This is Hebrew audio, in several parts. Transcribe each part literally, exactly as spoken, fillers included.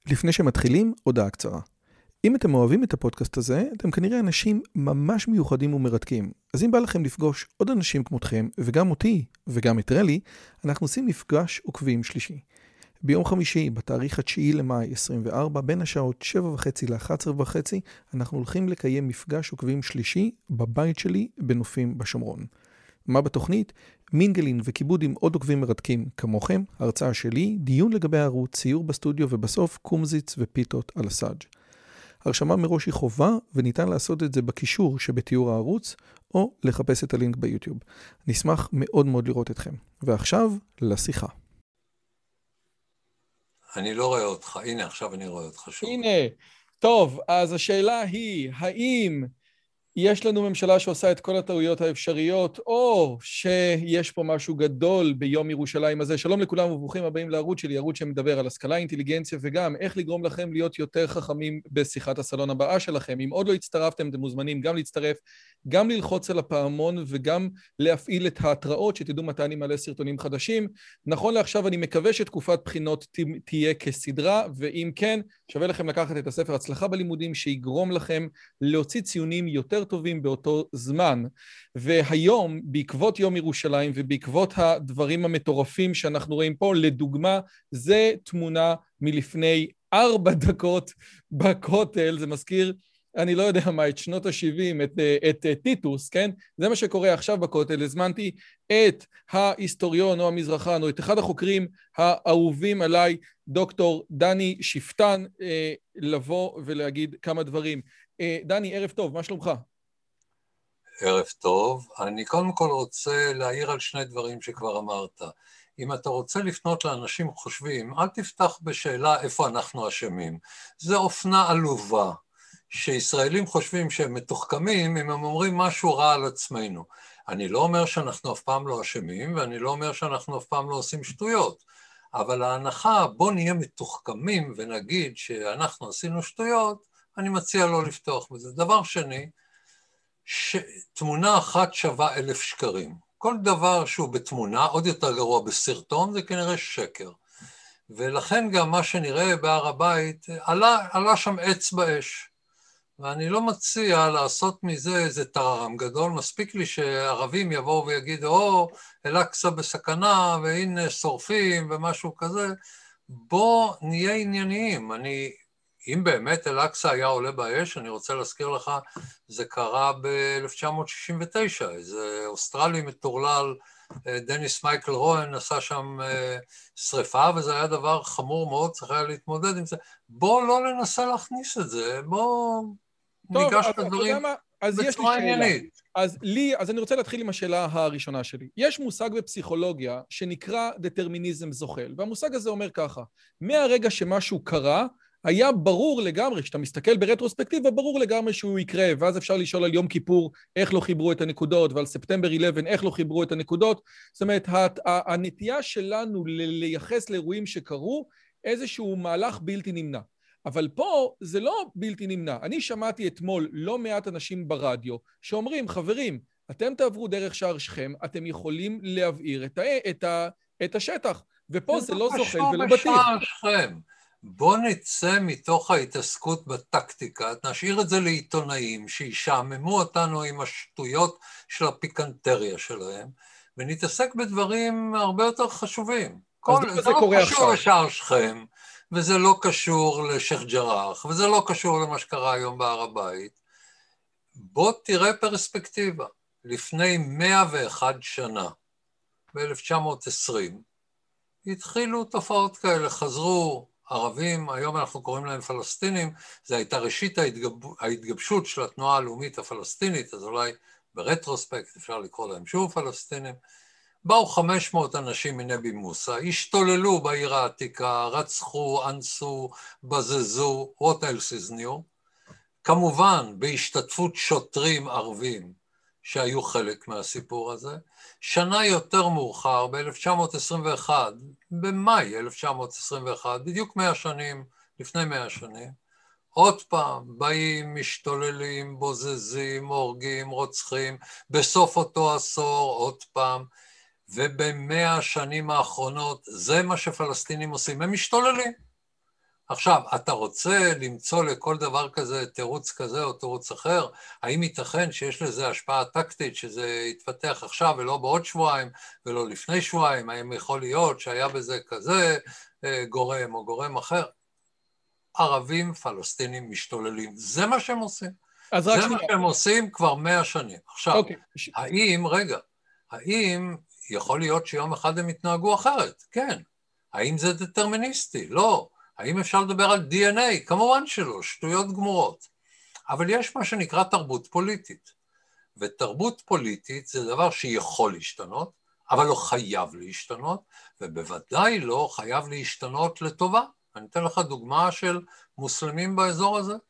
לפני שמתחילים, הודעה קצרה. אם אתם אוהבים את הפודקאסט הזה, אתם כנראה אנשים ממש מיוחדים ומרתקים. אז אם בא לכם לפגוש עוד אנשים כמותכם, וגם אותי, וגם את רלי, אנחנו עושים מפגש עוקבים שלישי. ביום חמישי, בתאריך התשיעי למאי עשרים וארבע, בין השעות שבע וחצי ל-אחת עשרה וחצי, אנחנו הולכים לקיים מפגש עוקבים שלישי בבית שלי בנופים בשומרון. מה בתוכנית? מינגלין וכיבוד עם עוד עוקבים מרתקים כמוכם, הרצאה שלי, דיון לגבי הערוץ, ציור בסטודיו ובסוף קומזיץ ופיתות על הסאג'. הרשמה מראש היא חובה וניתן לעשות את זה בקישור שבתיאור הערוץ או לחפש את הלינק ביוטיוב. נשמח מאוד מאוד לראות אתכם. ועכשיו לשיחה. אני לא רואה אותך, הנה עכשיו אני רואה אותך שוב. הנה, טוב, אז השאלה היא, האם יש לנו ממשלה שעושה את כל הטעויות האפשריות, או שיש פה משהו גדול ביום ירושלים הזה? שלום לכולם וברוכים הבאים לערוץ שלי, ערוץ שמדבר על השכלה, אינטליגנציה, וגם איך לגרום לכם להיות יותר חכמים בשיחת הסלון הבאה שלכם. אם עוד לא הצטרפתם, אתם מוזמנים גם להצטרף, גם ללחוץ על הפעמון, וגם להפעיל את ההתראות, שתדעו מתי אני מעלה סרטונים חדשים. נכון לעכשיו, אני מקווה שתקופת בחינות תהיה כסדרה, ואם כן, שווה לכם לקחת את הספר הצלחה בלימודים, שיגרום לכם להוציא ציונים יותר טובים באותו זמן. והיום, בעקבות יום ירושלים ובעקבות הדברים המטורפים שאנחנו רואים פה, לדוגמה, זה תמונה מלפני ארבע דקות בכותל, זה מזכיר, אני לא יודע מה, את שנות ה-שבעים, את, את, את טיטוס, כן? זה מה שקורה עכשיו בכותל. הזמנתי את ההיסטוריון או המזרחן, או את אחד החוקרים האהובים עליי, דוקטור דני שפטן, לבוא ולהגיד כמה דברים. דני, ערב טוב, מה שלומך? ערב טוב. אני קודם כל רוצה להעיר על שני דברים שכבר אמרת. אם אתה רוצה לפנות לאנשים חושבים, אל תפתח בשאלה איפה אנחנו אשמים. זה אופנה עלובה, שישראלים חושבים שהם מתוחכמים אם הם אומרים משהו רע על עצמנו. אני לא אומר שאנחנו אף פעם לא אשמים, ואני לא אומר שאנחנו אף פעם לא עושים שטויות. אבל ההנחה, בוא נהיה מתוחכמים ונגיד שאנחנו עשינו שטויות, אני מציע לא לפתוח בזה. דבר שני, תמונה אחת שווה אלף שקרים. כל דבר שהוא בתמונה, עוד יותר גרוע בסרטון, זה כנראה שקר. ולכן גם מה שנראה בהר הבית, עלה, עלה שם עץ באש. ואני לא מציע לעשות מזה איזה טררם גדול, מספיק לי שערבים יבואו ויגידו, או, אל-אקצא בסכנה, והנה שורפים ומשהו כזה. בוא נהיה ענייניים. אני... אם באמת אל-אקצא היה עולה באש, אני רוצה להזכיר לך, זה קרה ב-אלף תשע מאות שישים ותשע, איזה אוסטרלי מטורלל, דניס מייקל רואן, עשה שם שריפה, וזה היה דבר חמור מאוד, צריך היה להתמודד עם זה. בוא לא ננסה להכניס את זה, בוא ניגש את הדברים בצורה עניינית. אז לי, אז אני רוצה להתחיל עם השאלה הראשונה שלי. יש מושג בפסיכולוגיה שנקרא דטרמיניזם זוחל, והמושג הזה אומר ככה, מהרגע שמשהו קרה, היה ברור לגמרי, כשאתה מסתכל ברטרוספקטיבה, ברור לגמרי שהוא יקרה, ואז אפשר לשאול על יום כיפור איך לא חיברו את הנקודות, ועל ספטמבר אחת עשרה איך לא חיברו את הנקודות. זאת אומרת, הנטייה שלנו לייחס לאירועים שקרו, איזשהו מהלך בלתי נמנע. אבל פה זה לא בלתי נמנע. אני שמעתי אתמול לא מעט אנשים ברדיו, שאומרים, חברים, אתם תעברו דרך שער שכם, אתם יכולים להבעיר את, ה- את, ה- את השטח, ופה זה לא זוחל ולא בטיח. בוא נצא מתוך ההתעסקות בטקטיקה, נשאיר את זה לעיתונאים שישעממו אותנו עם השטויות של הפיקנטריה שלהם, ונתעסק בדברים הרבה יותר חשובים. כל זה לא קשור לשער שכם, וזה לא קשור לשייח' ג'ראח, וזה לא קשור למה שקרה היום בהר הבית. בוא תראה פרספקטיבה. לפני מאה ואחת שנה, ב-אלף תשע מאות עשרים, התחילו תופעות כאלה, חזרו ערבים, היום אנחנו קוראים להם פלסטינים, זו הייתה ראשית ההתגב... ההתגבשות של התנועה הלאומית הפלסטינית, אז אולי ברטרוספקט אפשר לקרוא להם שוב פלסטינים. באו חמש מאות אנשים מנבי מוסא, השתוללו בעיר העתיקה, רצחו, אנסו, בזזו, what else is new? כמובן, בהשתתפות שוטרים ערבים שהיו חלק מהסיפור הזה. שנה יותר מאוחר, ב-אלף תשע מאות עשרים ואחת, במאי אלף תשע מאות עשרים ואחת, בדיוק מאה שנים, לפני מאה שנים, עוד פעם, באים, משתוללים, בוזזים, הורגים, רוצחים, בסוף אותו עשור, עוד פעם, ובמאה השנים האחרונות, זה מה שפלסטינים עושים, הם משתוללים. עכשיו, אתה רוצה למצוא לכל דבר כזה תירוץ כזה או תירוץ אחר? האם ייתכן שיש לזה השפעה טקטית, שזה יתפתח עכשיו ולא בעוד שבועיים ולא לפני שבועיים? האם יכול להיות שהיה בזה כזה גורם או גורם אחר? ערבים פלסטינים משתוללים, זה מה שהם עושים. אז רק זה שנייה. מה שהם עושים כבר מאה שנים. עכשיו, אוקיי. האם, רגע, האם יכול להיות שיום אחד הם יתנהגו אחרת? כן. האם זה דטרמיניסטי? לא. האם אפשר לדבר על די אן איי? כמובן שלא, שטויות גמורות. אבל יש מה שנקרא תרבות פוליטית. ותרבות פוליטית זה דבר שיכול להשתנות, אבל לא חייב להשתנות, ובוודאי לא חייב להשתנות לטובה. אני אתן לך דוגמה של מוסלמים באזור הזה.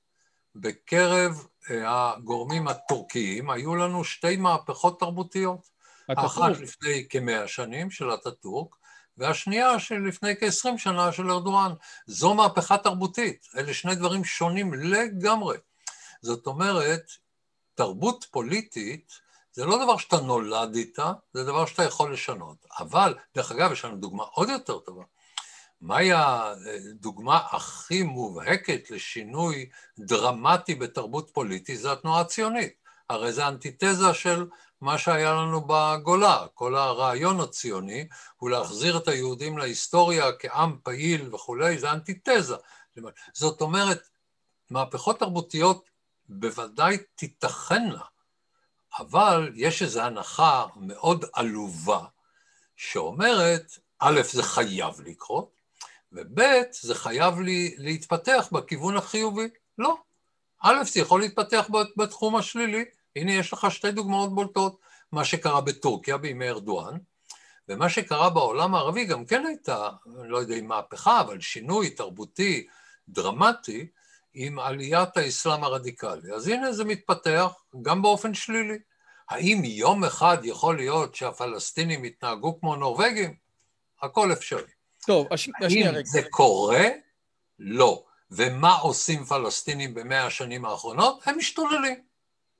בקרב הגורמים הטורקיים היו לנו שתי מהפכות תרבותיות. האחת לפני כמאה שנים של אטאטורק, והשנייה של לפני כ-עשרים שנה של ארדואן. זו מהפכה תרבותית, אלה שני דברים שונים לגמרי. זאת אומרת, תרבות פוליטית זה לא דבר שאתה נולד איתה, זה דבר שאתה יכול לשנות. אבל, דרך אגב, יש לנו דוגמה עוד יותר טובה. מהי הדוגמה הכי מובהקת לשינוי דרמטי בתרבות פוליטית? זה התנועה הציונית. הרי זה אנטיתזה של מה שהיה לנו בגולה. כל הרעיון הציוני הוא להחזיר את היהודים להיסטוריה כעם פעיל וכולי, זה אנטיתזה. זאת אומרת, מהפכות תרבותיות בוודאי תיתכנה, אבל יש איזו הנחה מאוד עלובה שאומרת, א', זה חייב לקרות, וב' זה חייב לי להתפתח בכיוון החיובי. לא. א', זה יכול להתפתח בתחום השלילי. הנה יש לך שתי דוגמאות בולטות. מה שקרה בטורקיה בימי ארדואן, ומה שקרה בעולם הערבי גם כן הייתה, לא יודע אם מהפכה, אבל שינוי תרבותי דרמטי עם עליית האסלאם הרדיקלי. אז הנה זה מתפתח גם באופן שלילי. האם יום אחד יכול להיות שהפלסטינים יתנהגו כמו נורווגים? הכל אפשרי. טוב, הש... השנייה רגע. האם זה קורה? לא. ומה עושים פלסטינים במאה השנים האחרונות? הם משתוללים.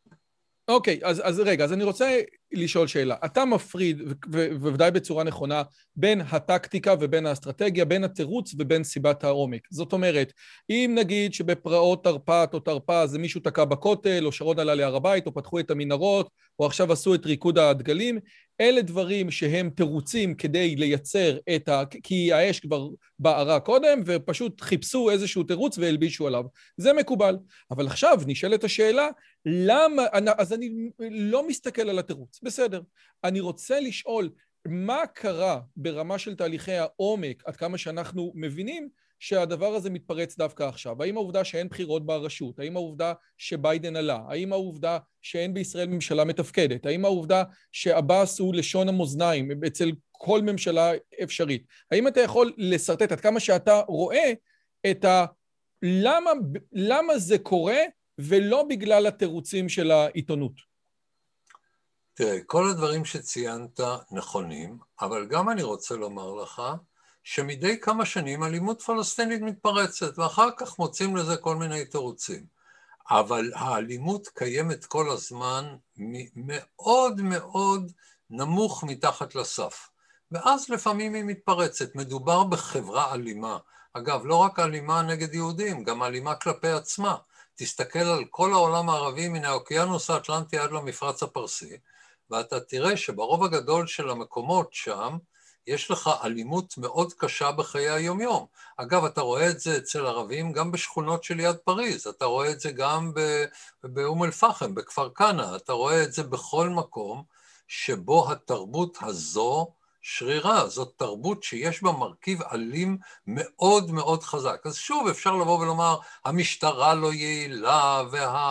אוקיי, אז, אז רגע, אז אני רוצה לשאול שאלה. אתה מפריד, ובוודאי בצורה נכונה, בין הטקטיקה ובין האסטרטגיה, בין התירוץ ובין סיבת העומק. זאת אומרת, אם נגיד שבפרעות תרפ"ט או תרפ"א זה מישהו תקע בכותל, או שרון עלה להר הבית, או פתחו את המנהרות, או עכשיו עשו את ריקוד הדגלים, אלה דברים שהם תירוצים כדי לייצר את ה... כי האש כבר בערה קודם, ופשוט חיפשו איזשהו תירוץ והלבישו עליו. זה מקובל. אבל עכשיו נשאלת השאלה, למה... אז אני לא מסתכל על התירוץ. בסדר. אני רוצה לשאול, מה קרה ברמה של תהליכי העומק, עד כמה שאנחנו מבינים, שהדבר הזה מתפרץ דווקא עכשיו? האם העובדה שאין בחירות ברשות? האם העובדה שביידן עלה? האם העובדה שאין בישראל ממשלה מתפקדת? האם העובדה שעבאס הוא לשון המאזניים אצל כל ממשלה אפשרית? האם אתה יכול לסרטט עד כמה שאתה רואה את ה... למה, למה זה קורה ולא בגלל התירוצים של העיתונות? תראה, כל הדברים שציינת נכונים, אבל גם אני רוצה לומר לך, שמדי כמה שנים אלימות פלסטינית מתפרצת, ואחר כך מוצאים לזה כל מיני תירוצים. אבל האלימות קיימת כל הזמן מאוד מאוד נמוך מתחת לסף. ואז לפעמים היא מתפרצת. מדובר בחברה אלימה. אגב, לא רק אלימה נגד יהודים, גם אלימה כלפי עצמה. תסתכל על כל העולם הערבי מן האוקיינוס האטלנטי עד למפרץ הפרסי, ואתה תראה שברוב הגדול של המקומות שם, יש לך אלימות מאוד קשה בחיי היומיום. אגב, אתה רואה את זה אצל ערבים גם בשכונות של יד פריז, אתה רואה את זה גם באום אל-פחם, בכפר כנא, אתה רואה את זה בכל מקום שבו התרבות הזו שרירה, זאת תרבות שיש בה מרכיב אלים מאוד מאוד חזק. אז שוב אפשר לבוא ולומר, המשטרה לא יעילה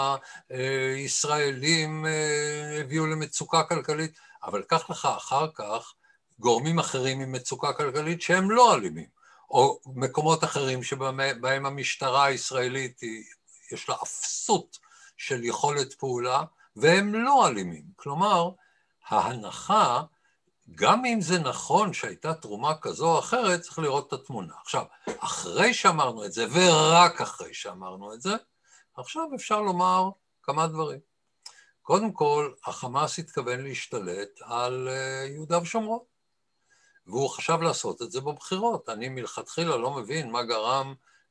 והישראלים הביאו למצוקה כלכלית, אבל קח לך אחר כך גורמים אחרים עם מצוקה כלכלית שהם לא אלימים, או מקומות אחרים שבהם המשטרה הישראלית יש לה אפסות של יכולת פעולה, והם לא אלימים. כלומר, ההנחה, גם אם זה נכון שהייתה תרומה כזו או אחרת, צריך לראות את התמונה. עכשיו, אחרי שאמרנו את זה, ורק אחרי שאמרנו את זה, עכשיו אפשר לומר כמה דברים. קודם כל, החמאס התכוון להשתלט על יהודה ושומרון, והוא חשב לעשות את זה בבחירות. אני מלכתחילה לא מבין מה גרם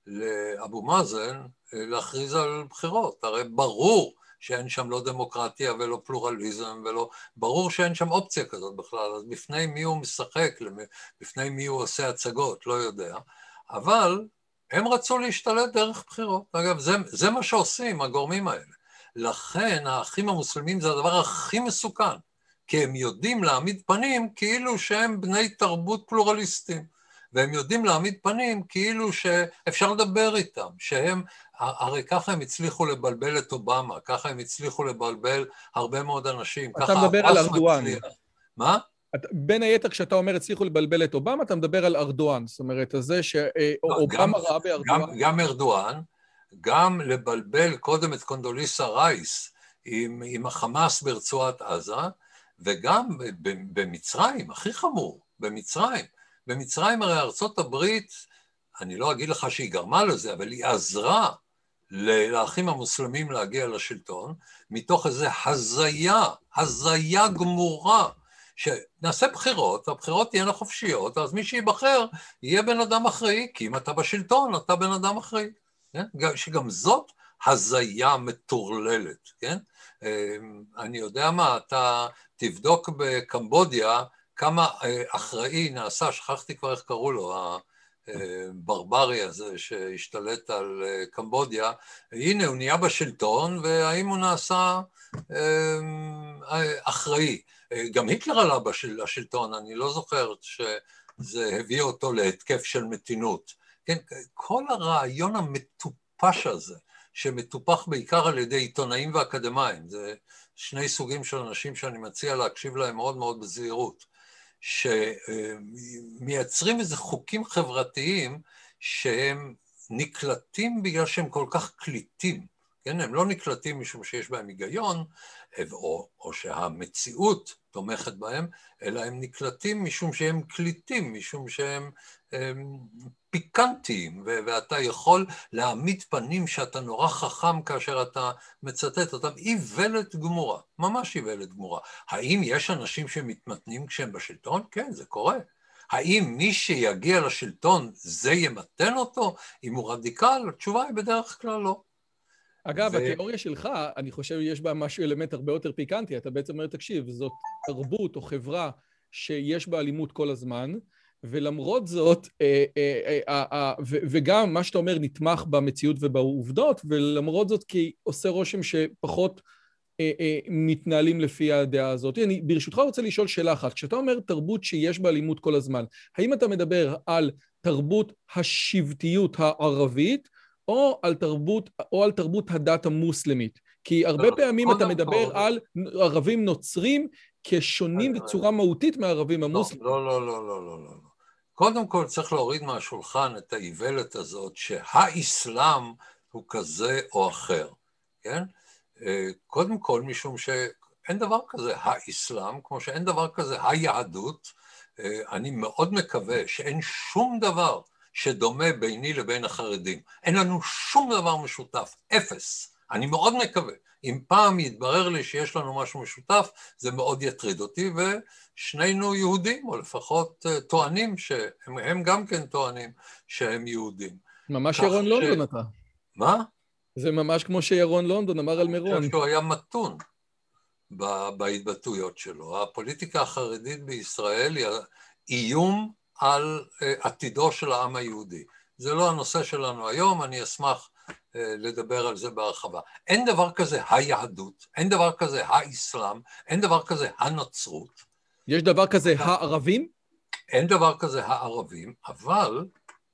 לאבו מאזן להכריז על בחירות. הרי ברור שאין שם לא דמוקרטיה ולא פלורליזם, ולא, ברור שאין שם אופציה כזאת בכלל, אז בפני מי הוא משחק, בפני מי הוא עושה הצגות, לא יודע. אבל הם רצו להשתלט דרך בחירות. אגב, זה, זה מה שעושים הגורמים האלה. לכן האחים המוסלמים זה הדבר הכי מסוכן, כי הם יודעים להעמיד פנים כאילו שהם בני תרבות פלורליסטים. והם יודעים להעמיד פנים כאילו שאפשר לדבר איתם, שהם, הרי ככה הם הצליחו לבלבל את אובמה, ככה הם הצליחו לבלבל הרבה מאוד אנשים, אתה מדבר על ארדואן. מה? בין היתר, כשאתה אומר הצליחו לבלבל את אובמה, אתה מדבר על ארדואן, זאת אומרת, זה שאובמה ראה בארדואן. גם, גם ארדואן, גם לבלבל קודם את קונדוליסה רייס עם, עם החמאס ברצועת עזה, וגם במצרים, הכי חמור, במצרים, במצרים הרי ארצות הברית, אני לא אגיד לך שהיא גרמה לזה, אבל היא עזרה לאחים המוסלמים להגיע לשלטון, מתוך איזו הזיה, הזיה גמורה, שנעשה בחירות, הבחירות תהיינה חופשיות, אז מי שיבחר יהיה בן אדם אחראי, כי אם אתה בשלטון, אתה בן אדם אחראי. כן? שגם זאת הזיה מטורללת, כן? אני יודע מה, אתה תבדוק בקמבודיה, כמה אחראי נעשה, שכחתי כבר איך קראו לו, הברברי הזה שהשתלט על קמבודיה, הנה הוא נהיה בשלטון, והאם הוא נעשה אחראי. גם היטלר עלה בשלטון, אני לא זוכר שזה הביא אותו להתקף של מתינות. כן, כל הרעיון המטופש הזה, שמטופח בעיקר על ידי עיתונאים ואקדמאים, זה שני סוגים של אנשים שאני מציע להקשיב להם מאוד מאוד בזהירות, שמייצרים איזה חוקים חברתיים שהם נקלטים בגלל שהם כל כך קליטים, כן? הם לא נקלטים משום שיש בהם היגיון, או, או שהמציאות תומכת בהם, אלא הם נקלטים משום שהם קליטים, משום שהם הם, פיקנטיים, ו- ואתה יכול להעמיד פנים שאתה נורא חכם כאשר אתה מצטט אותם. איוולת גמורה, ממש איוולת גמורה. האם יש אנשים שמתמתנים כשהם בשלטון? כן, זה קורה. האם מי שיגיע לשלטון זה ימתן אותו? אם הוא רדיקל, התשובה היא בדרך כלל לא. אגב, ו... התיאוריה שלך, אני חושב, יש בה משהו אלמנט הרבה יותר פיקנטי. אתה בעצם אומר, תקשיב, זאת תרבות או חברה שיש בה אלימות כל הזמן, ולמרות זאת, וגם מה שאתה אומר נתמך במציאות ובעובדות, ולמרות זאת כי עושה רושם שפחות מתנהלים לפי הדעה הזאת. אני ברשותך רוצה לשאול שאלה אחת. כשאתה אומר תרבות שיש בה אלימות כל הזמן, האם אתה מדבר על תרבות השבטיות הערבית, או על תרבות, או על תרבות הדת המוסלמית? כי הרבה פעמים אתה מדבר על ערבים נוצרים כשונים בצורה מהותית מהערבים המוסלמים. לא, לא, לא, לא, לא, לא. קודם כל צריך להוריד מהשולחן את האיוולת הזאת שהאסלאם הוא כזה או אחר, כן? קודם כל משום שאין דבר כזה האסלאם, כמו שאין דבר כזה היהדות. אני מאוד מקווה שאין שום דבר שדומה ביני לבין החרדים. אין לנו שום דבר משותף, אפס. אני מאוד מקווה. אם פעם יתברר לי שיש לנו משהו משותף, זה מאוד יטריד אותי, ושנינו יהודים, או לפחות טוענים שהם הם גם כן טוענים שהם יהודים. ממש ירון ש... לונדון אתה. מה? זה ממש כמו שירון לונדון אמר על מירון. אני חושב שהוא היה מתון בהתבטאויות שלו. הפוליטיקה החרדית בישראל היא איום על עתידו של העם היהודי. זה לא הנושא שלנו היום, אני אשמח לדבר על זה בהרחבה. אין דבר כזה היהדות, אין דבר כזה האסלאם, אין דבר כזה הנצרות. יש דבר כזה הערבים? אין דבר כזה הערבים, אבל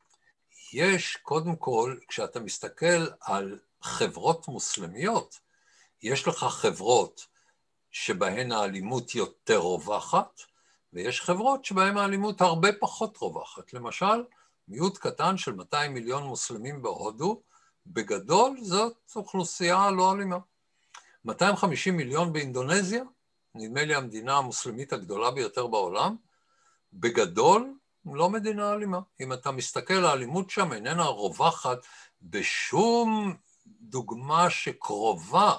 יש קודם כל, כשאתה מסתכל על חברות מוסלמיות, יש לך חברות שבהן האלימות יותר רווחת, ויש חברות שבהן האלימות הרבה פחות רווחת. למשל, מיעוט קטן של מאתיים מיליון מוסלמים בהודו, בגדול זאת אוכלוסייה לא אלימה. מאתיים וחמישים מיליון באינדונזיה, נדמה לי המדינה המוסלמית הגדולה ביותר בעולם, בגדול לא מדינה אלימה. אם אתה מסתכל, האלימות שם איננה רווחת בשום דוגמה שקרובה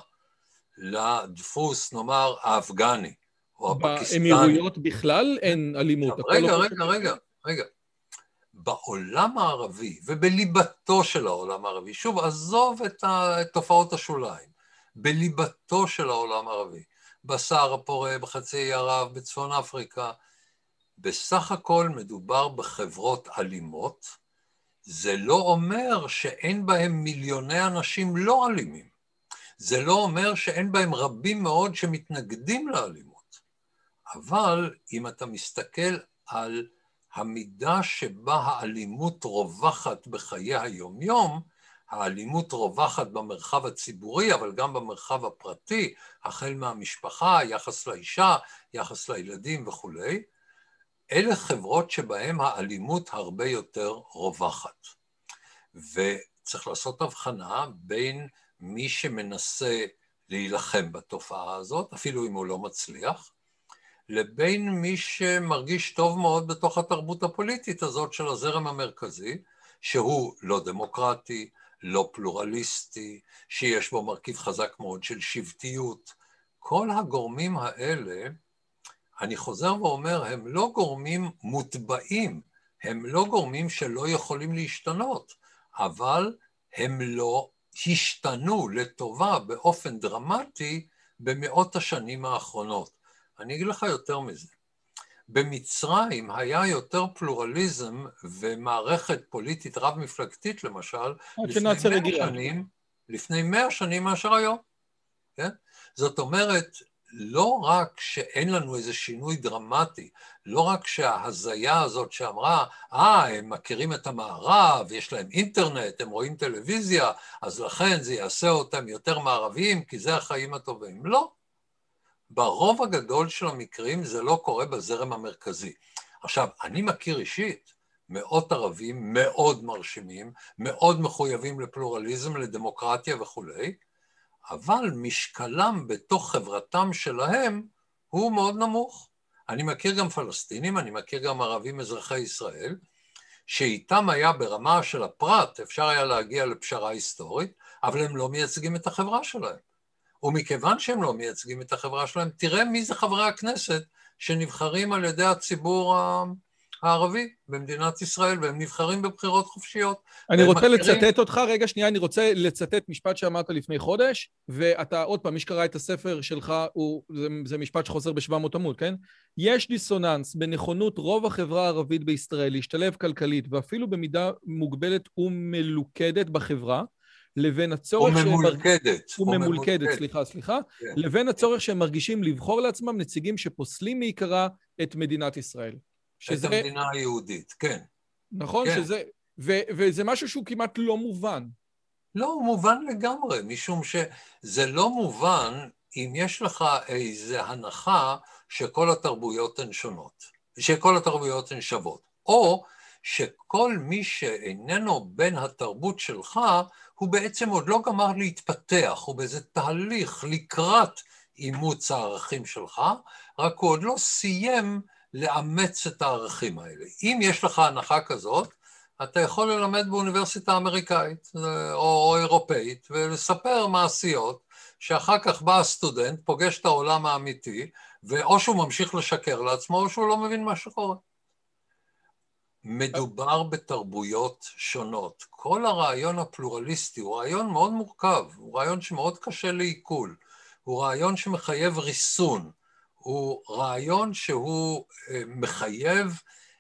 לדפוס, נאמר, האפגני או הפקיסטני. באמירויות בכלל אין אלימות. רגע, רגע, רגע, רגע. בעולם הערבי ובליבתו של העולם הערבי, שוב, עזוב את תופעות השוליים, בליבתו של העולם הערבי, בסהר הפורה, בחצי האי ערב, בצפון אפריקה, בסך הכל מדובר בחברות אלימות, זה לא אומר שאין בהם מיליוני אנשים לא אלימים, זה לא אומר שאין בהם רבים מאוד שמתנגדים לאלימות, אבל אם אתה מסתכל על המידה שבה האלימות רווחת בחיי היומיום, האלימות רווחת במרחב הציבורי, אבל גם במרחב הפרטי, החל מהמשפחה, יחס לאישה, יחס לילדים וכו'. אלה חברות שבהן האלימות הרבה יותר רווחת. וצריך לעשות הבחנה בין מי שמנסה להילחם בתופעה הזאת, אפילו אם הוא לא מצליח, לבין מי שמרגיש טוב מאוד בתוך התרבות הפוליטית הזאת של הזרם המרכזי, שהוא לא דמוקרטי, לא פלורליסטי, שיש בו מרכיב חזק מאוד של שבטיות. כל הגורמים האלה, אני חוזר ואומר, הם לא גורמים מוטבעים, הם לא גורמים שלא יכולים להשתנות, אבל הם לא השתנו לטובה באופן דרמטי במאות השנים האחרונות. אני אגיד לך יותר מזה. במצרים היה יותר פלורליזם ומערכת פוליטית רב-מפלגתית, למשל, לפני מאה שנים, לפני מאה שנים מאשר היום. כן? זאת אומרת, לא רק שאין לנו איזה שינוי דרמטי, לא רק שההזיה הזאת שאמרה, אה, הם מכירים את המערב, יש להם אינטרנט, הם רואים טלוויזיה, אז לכן זה יעשה אותם יותר מערביים, כי זה החיים הטובים. לא. ברוב הגדול של המקרים זה לא קורה בזרם המרכזי. עכשיו, אני מכיר אישית מאות ערבים מאוד מרשימים, מאוד מחויבים לפלורליזם, לדמוקרטיה וכו', אבל משקלם בתוך חברתם שלהם הוא מאוד נמוך. אני מכיר גם פלסטינים, אני מכיר גם ערבים אזרחי ישראל, שאיתם היה ברמה של הפרט, אפשר היה להגיע לפשרה היסטורית, אבל הם לא מייצגים את החברה שלהם. ומכיוון שהם לא מייצגים את החברה שלהם, תראה מי זה חברי הכנסת שנבחרים על ידי הציבור הערבי במדינת ישראל, והם נבחרים בבחירות חופשיות. אני רוצה מכירים... לצטט אותך, רגע שנייה, אני רוצה לצטט משפט שאמרת לפני חודש, ואתה עוד פעם, מי שקרא את הספר שלך, הוא, זה, זה משפט שחוזר ב-שבע מאות עמוד, כן? יש דיסוננס בנכונות רוב החברה הערבית בישראל להשתלב כלכלית, ואפילו במידה מוגבלת ומלוכדת בחברה, לבין הצורך שהם וממולכדת, וממולכדת, סליחה, סליחה, לבין הצורך שהם מרגישים לבחור לעצמם נציגים שפוסלים מעיקרה את מדינת ישראל. את המדינה היהודית, כן. נכון, שזה, וזה משהו שהוא כמעט לא מובן. לא, הוא מובן לגמרי, משום שזה לא מובן אם יש לך איזו הנחה שכל התרבויות הן שונות, שכל התרבויות הן שוות, או שכל מי שאיננו בין התרבות שלך, הוא בעצם עוד לא גמר להתפתח, הוא באיזה תהליך לקראת אימוץ הערכים שלך, רק הוא עוד לא סיים לאמץ את הערכים האלה. אם יש לך הנחה כזאת, אתה יכול ללמד באוניברסיטה אמריקאית או, או אירופאית, ולספר מעשיות, שאחר כך בא הסטודנט, פוגש את העולם האמיתי, ואו שהוא ממשיך לשקר לעצמו, או שהוא לא מבין מה שקורה. מדובר בתרבויות שונות. כל הרעיון הפלורליסטי הוא רעיון מאוד מורכב, הוא רעיון שמאוד קשה לעיכול, הוא רעיון שמחייב ריסון, הוא רעיון שהוא מחייב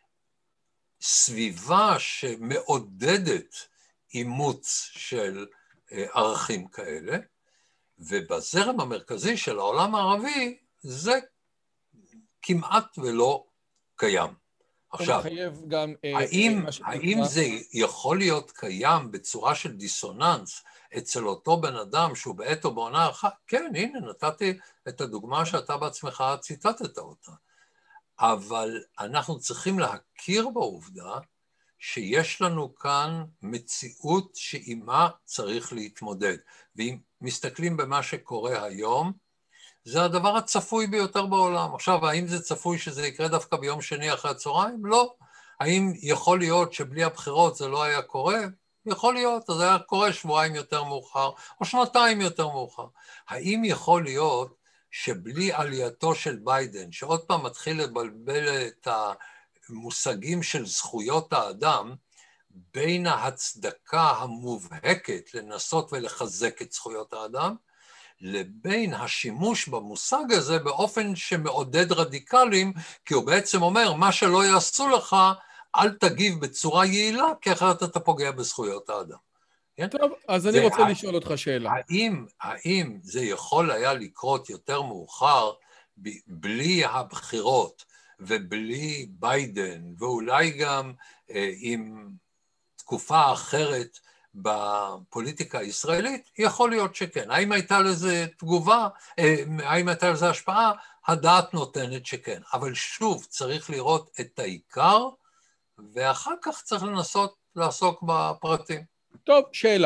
סביבה שמעודדת אימוץ של ערכים כאלה, ובזרם המרכזי של העולם הערבי זה כמעט ולא קיים. עכשיו, גם, האם, האם זה יכול להיות קיים בצורה של דיסוננס אצל אותו בן אדם שהוא בעת או בעונה אחת? כן, הנה, נתתי את הדוגמה שאתה בעצמך ציטטת אותה. אבל אנחנו צריכים להכיר בעובדה שיש לנו כאן מציאות שעימה צריך להתמודד. ואם מסתכלים במה שקורה היום, זה הדבר הצפוי ביותר בעולם. עכשיו, האם זה צפוי שזה יקרה דווקא ביום שני אחרי הצהריים? לא. האם יכול להיות שבלי הבחירות זה לא היה קורה? יכול להיות, אז היה קורה שבועיים יותר מאוחר, או שנתיים יותר מאוחר. האם יכול להיות שבלי עלייתו של ביידן, שעוד פעם מתחיל לבלבל את במושגים של זכויות האדם, בין ההצדקה המובהקת לנסות ולחזק את זכויות האדם, לבין השימוש במושג הזה באופן שמעודד רדיקלים, כי הוא בעצם אומר, מה שלא יעשו לך, אל תגיב בצורה יעילה, כי אחרת אתה פוגע בזכויות האדם. טוב, אז אני רוצה לשאול אותך שאלה. האם, האם זה יכול היה לקרות יותר מאוחר, בלי הבחירות, ובלי ביידן, ואולי גם אה, עם תקופה אחרת בפוליטיקה הישראלית, יכול להיות שכן. האם הייתה לזה תגובה, אה, האם הייתה לזה השפעה? הדעת נותנת שכן. אבל שוב, צריך לראות את העיקר, ואחר כך צריך לנסות לעסוק בפרטים. טוב, שאלה.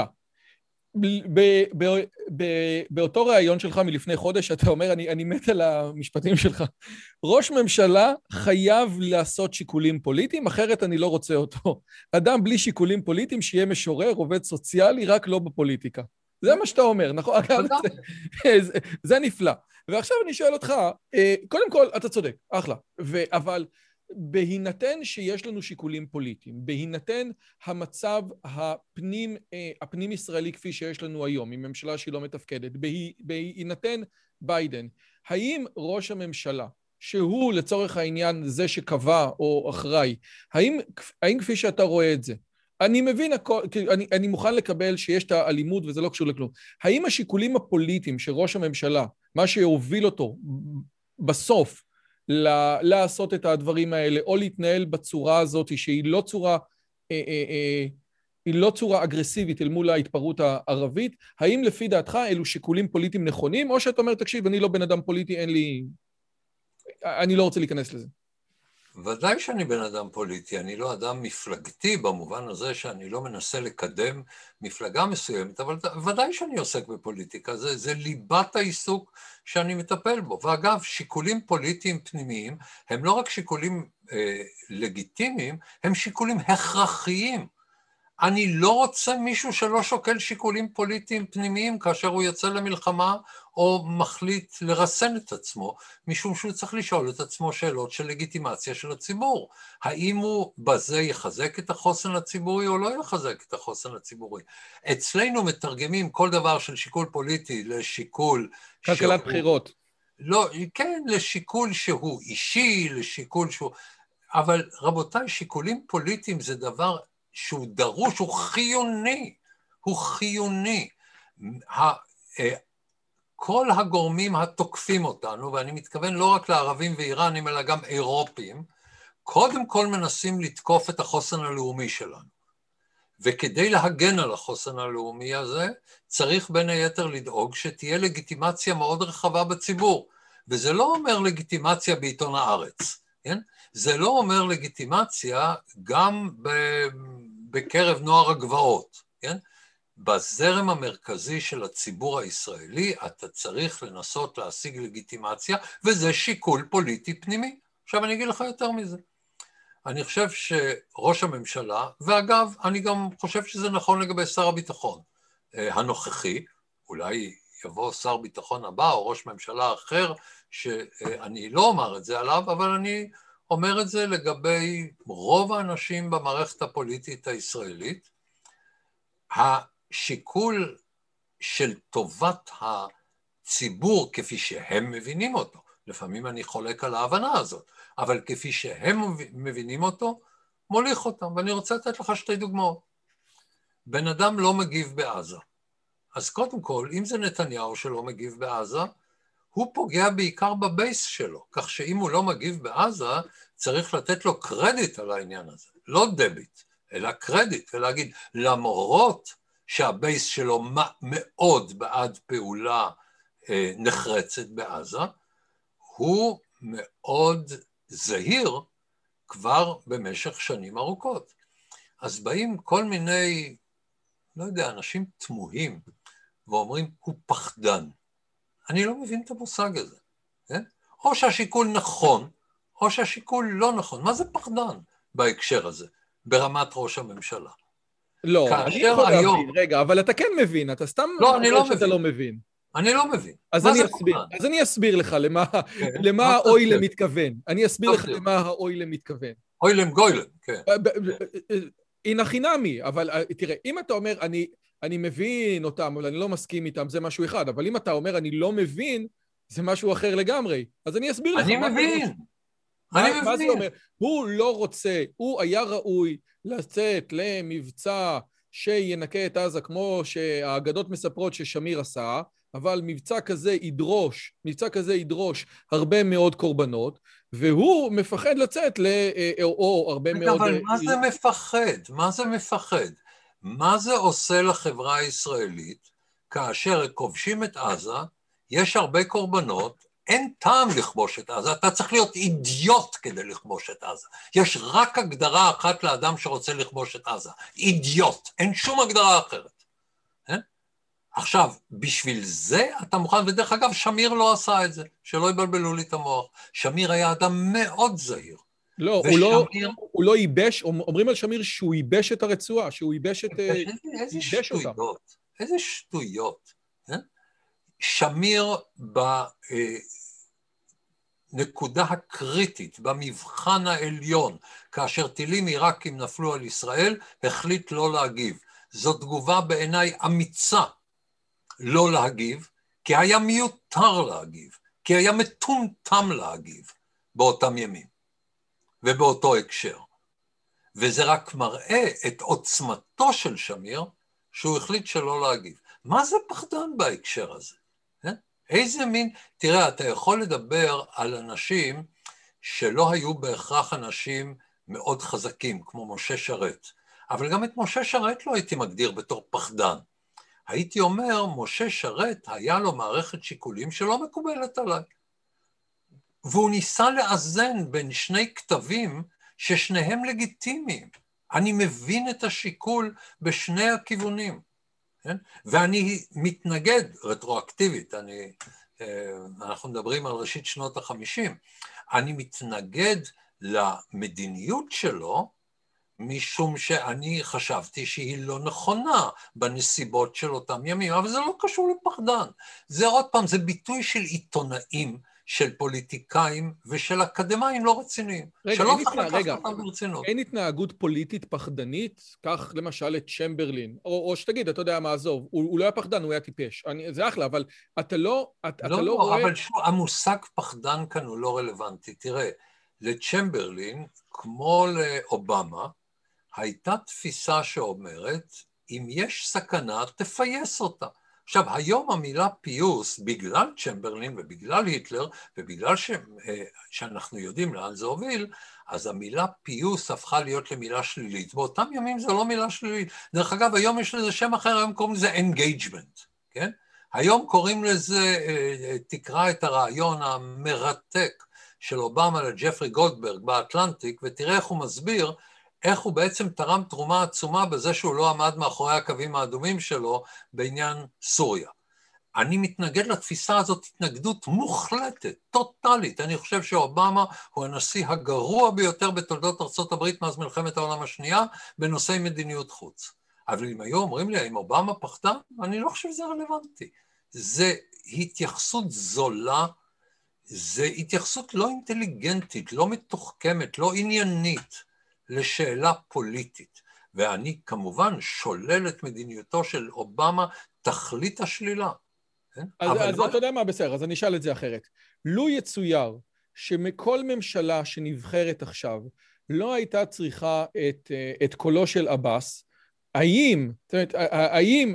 ב- ב- ב- באותו ראיון שלך מלפני חודש, אתה אומר, אני, אני מת על המשפטים שלך, ראש ממשלה חייב לעשות שיקולים פוליטיים, אחרת אני לא רוצה אותו. אדם בלי שיקולים פוליטיים, שיהיה משורר, עובד סוציאלי, רק לא בפוליטיקה. זה מה שאתה אומר, נכון? אגב, זה, זה, זה נפלא. ועכשיו אני שואל אותך, קודם כל, אתה צודק, אחלה, ו- אבל... בהינתן שיש לנו שיקולים פוליטיים, בהינתן המצב הפנים, הפנים ישראלי כפי שיש לנו היום, עם ממשלה שהיא לא מתפקדת, בהינתן ביידן, האם ראש הממשלה, שהוא לצורך העניין זה שקבע או אחראי, האם, האם כפי שאתה רואה את זה, אני מבין, אני, אני מוכן לקבל שיש את האלימות וזה לא קשור לכלום, האם השיקולים הפוליטיים שראש הממשלה, מה שהוביל אותו בסוף, לעשות את הדברים האלה, או להתנהל בצורה הזאת, שהיא לא צורה, אה, אה, אה, היא לא צורה אגרסיבית אל מול ההתפרעות הערבית, האם לפי דעתך אלו שיקולים פוליטיים נכונים, או שאתה אומר, תקשיב, אני לא בן אדם פוליטי, אין לי... אני לא רוצה להיכנס לזה. ודאי שאני בן אדם פוליטי, אני לא אדם מפלגתי במובן הזה שאני לא מנסה לקדם מפלגה מסוימת, אבל ודאי שאני עוסק בפוליטיקה, זה, זה ליבת העיסוק שאני מטפל בו. ואגב, שיקולים פוליטיים פנימיים הם לא רק שיקולים אה, לגיטימיים, הם שיקולים הכרחיים. אני לא רוצה מישהו שלא שוקל שיקולים פוליטיים פנימיים כאשר הוא יוצא למלחמה או מחליט לרסן את עצמו, משום שהוא צריך לשאול את עצמו שאלות של לגיטימציה של הציבור. האם הוא בזה יחזק את החוסן הציבורי או לא יחזק את החוסן הציבורי? אצלנו מתרגמים כל דבר של שיקול פוליטי לשיקול... כלכלת שהוא... בחירות. לא, כן, לשיקול שהוא אישי, לשיקול שהוא... אבל רבותיי, שיקולים פוליטיים זה דבר... שהוא דרוש, הוא חיוני, הוא חיוני. כל הגורמים התוקפים אותנו, ואני מתכוון לא רק לערבים ואיראנים, אלא גם אירופים, קודם כל מנסים לתקוף את החוסן הלאומי שלנו. וכדי להגן על החוסן הלאומי הזה, צריך בין היתר לדאוג שתהיה לגיטימציה מאוד רחבה בציבור. וזה לא אומר לגיטימציה בעיתון הארץ, כן? זה לא אומר לגיטימציה גם ב... בקרב נוער הגבעות, כן? בזרם המרכזי של הציבור הישראלי, אתה צריך לנסות להשיג לגיטימציה, וזה שיקול פוליטי פנימי. עכשיו אני אגיד לך יותר מזה. אני חושב שראש הממשלה, ואגב, אני גם חושב שזה נכון לגבי שר הביטחון הנוכחי, אולי יבוא שר ביטחון הבא, או ראש ממשלה אחר, שאני לא אומר את זה עליו, אבל אני... אומר את זה לגבי רוב האנשים במערכת הפוליטית הישראלית, השיקול של טובת הציבור כפי שהם מבינים אותו, לפעמים אני חולק על ההבנה הזאת, אבל כפי שהם מבינים אותו, מוליך אותם, ואני רוצה לתת לך שתי דוגמאות. בן אדם לא מגיב בעזה, אז קודם כל, אם זה נתניהו שלא מגיב בעזה, הוא פוגע בעיקר בבייס שלו, כך שאם הוא לא מגיב בעזה, צריך לתת לו קרדיט על העניין הזה, לא דביט, אלא קרדיט, ולהגיד, למרות שהבייס שלו מאוד בעד פעולה אה, נחרצת בעזה, הוא מאוד זהיר כבר במשך שנים ארוכות. אז באים כל מיני, לא יודע, אנשים תמוהים, ואומרים, הוא פחדן. אני לא מבין את המושג הזה, כן? או שהשיקול נכון, או שהשיקול לא נכון. מה זה פחדן בהקשר הזה, ברמת ראש הממשלה? לא, אני יכול היום... להבין, רגע, אבל אתה כן מבין, אתה סתם... לא, אני לא שאתה מבין. לא מבין. אני לא מבין. אז אני אסביר, אז אני אסביר לך למה, למה האוילם מתכוון. אני אסביר לך למה האוילם מתכוון. אוילם גוילם, כן. אינה חינמי, אבל תראה, אם אתה אומר, אני, אני מבין אותם, אבל אני לא מסכים איתם, זה משהו אחד, אבל אם אתה אומר, אני לא מבין, זה משהו אחר לגמרי. אז אני אסביר לך. אני מבין, מה, אני מה זה מבין. אומר? הוא לא רוצה, הוא היה ראוי לצאת למבצע שינקה את עזה, כמו שהאגדות מספרות ששמיר עשה, אבל מבצע כזה ידרוש, מבצע כזה ידרוש הרבה מאוד קורבנות, והוא מפחד לצאת ל... או, או הרבה מאוד... אבל מה זה מפחד? מה זה מפחד? מה זה עושה לחברה הישראלית כאשר כובשים את עזה, יש הרבה קורבנות, אין טעם לכבוש את עזה, אתה צריך להיות אידיוט כדי לכבוש את עזה. יש רק הגדרה אחת לאדם שרוצה לכבוש את עזה, אידיוט, אין שום הגדרה אחרת. עכשיו, בשביל זה אתה מוכן, ודרך אגב, שמיר לא עשה את זה, שלא יבלבלו לי את המוח. שמיר היה אדם מאוד זהיר. לא, הוא לא, הוא לא ייבש, אומרים על שמיר שהוא ייבש את הרצועה, שהוא ייבש את... איזה שטויות, איזה שטויות. שמיר בנקודה הקריטית, במבחן העליון, כאשר טילים עיראקים נפלו על ישראל, החליט לא להגיב. זו תגובה בעיניי אמיצה לא להגיב, כי היה מיותר להגיב, כי היה מטומטם להגיב באותם ימים ובאותו הקשר. וזה רק מראה את עוצמתו של שמיר, שהוא החליט שלא להגיב. מה זה פחדן בהקשר הזה? איזה מין, תראה, אתה יכול לדבר על אנשים שלא היו בהכרח אנשים מאוד חזקים, כמו משה שרת, אבל גם את משה שרת לא הייתי מגדיר בתור פחדן. הייתי אומר, משה שרת היה לו מערכת שיקולים שלא מקובלת עליי. והוא ניסה לאזן בין שני כתבים ששניהם לגיטימיים. אני מבין את השיקול בשני הכיוונים. כן? ואני מתנגד רטרואקטיבית, אני, אנחנו מדברים על ראשית שנות החמישים, אני מתנגד למדיניות שלו, משום שאני חשבתי שהיא לא נכונה בנסיבות של אותם ימים, אבל זה לא קשור לפחדן. זה עוד פעם, זה ביטוי של עיתונאים, של פוליטיקאים ושל אקדמאים לא רציניים. רגע, אין, התנה, רגע אין התנהגות פוליטית פחדנית, כך למשל את צ'מברלין, או, או שתגיד, אתה יודע מה, עזוב, הוא, הוא לא היה פחדן, הוא היה טיפש. אני, זה אחלה, אבל אתה לא, אתה, לא, אתה לא לא רואה... אבל שוב, המושג פחדן כאן הוא לא רלוונטי. תראה, לצ'מברלין, כמו לאובמה, הייתה תפיסה שאומרת, אם יש סכנה, תפייס אותה. עכשיו, היום המילה פיוס, בגלל צ'מברלין ובגלל היטלר, ובגלל ש... שאנחנו יודעים לאן זה הוביל, אז המילה פיוס הפכה להיות למילה שלילית. באותם ימים זה לא מילה שלילית. דרך אגב, היום יש לזה שם אחר, היום קוראים לזה engagement, כן? היום קוראים לזה, תקרא את הרעיון המרתק של אובמה לג'פרי גולדברג באטלנטיק, ותראה איך הוא מסביר, איך הוא בעצם תרם תרומה עצומה בזה שהוא לא עמד מאחורי הקווים האדומים שלו בעניין סוריה. אני מתנגד לתפיסה הזאת התנגדות מוחלטת, טוטלית. אני חושב שאובמה הוא הנשיא הגרוע ביותר בתולדות ארצות הברית מאז מלחמת העולם השנייה בנושאי מדיניות חוץ. אבל אם היו אומרים לי, האם אובמה פחדן? אני לא חושב שזה רלוונטי. זה התייחסות זולה, זה התייחסות לא אינטליגנטית, לא מתוחכמת, לא עניינית. לשאלה פוליטית, ואני כמובן שולל את מדיניותו של אובמה תכלית השלילה. אז, אז לא... אתה יודע מה בסדר, אז אני אשאל את זה אחרת. לו יצויר שמכל ממשלה שנבחרת עכשיו לא הייתה צריכה את, את קולו של אבאס, האם, זאת אומרת, האם,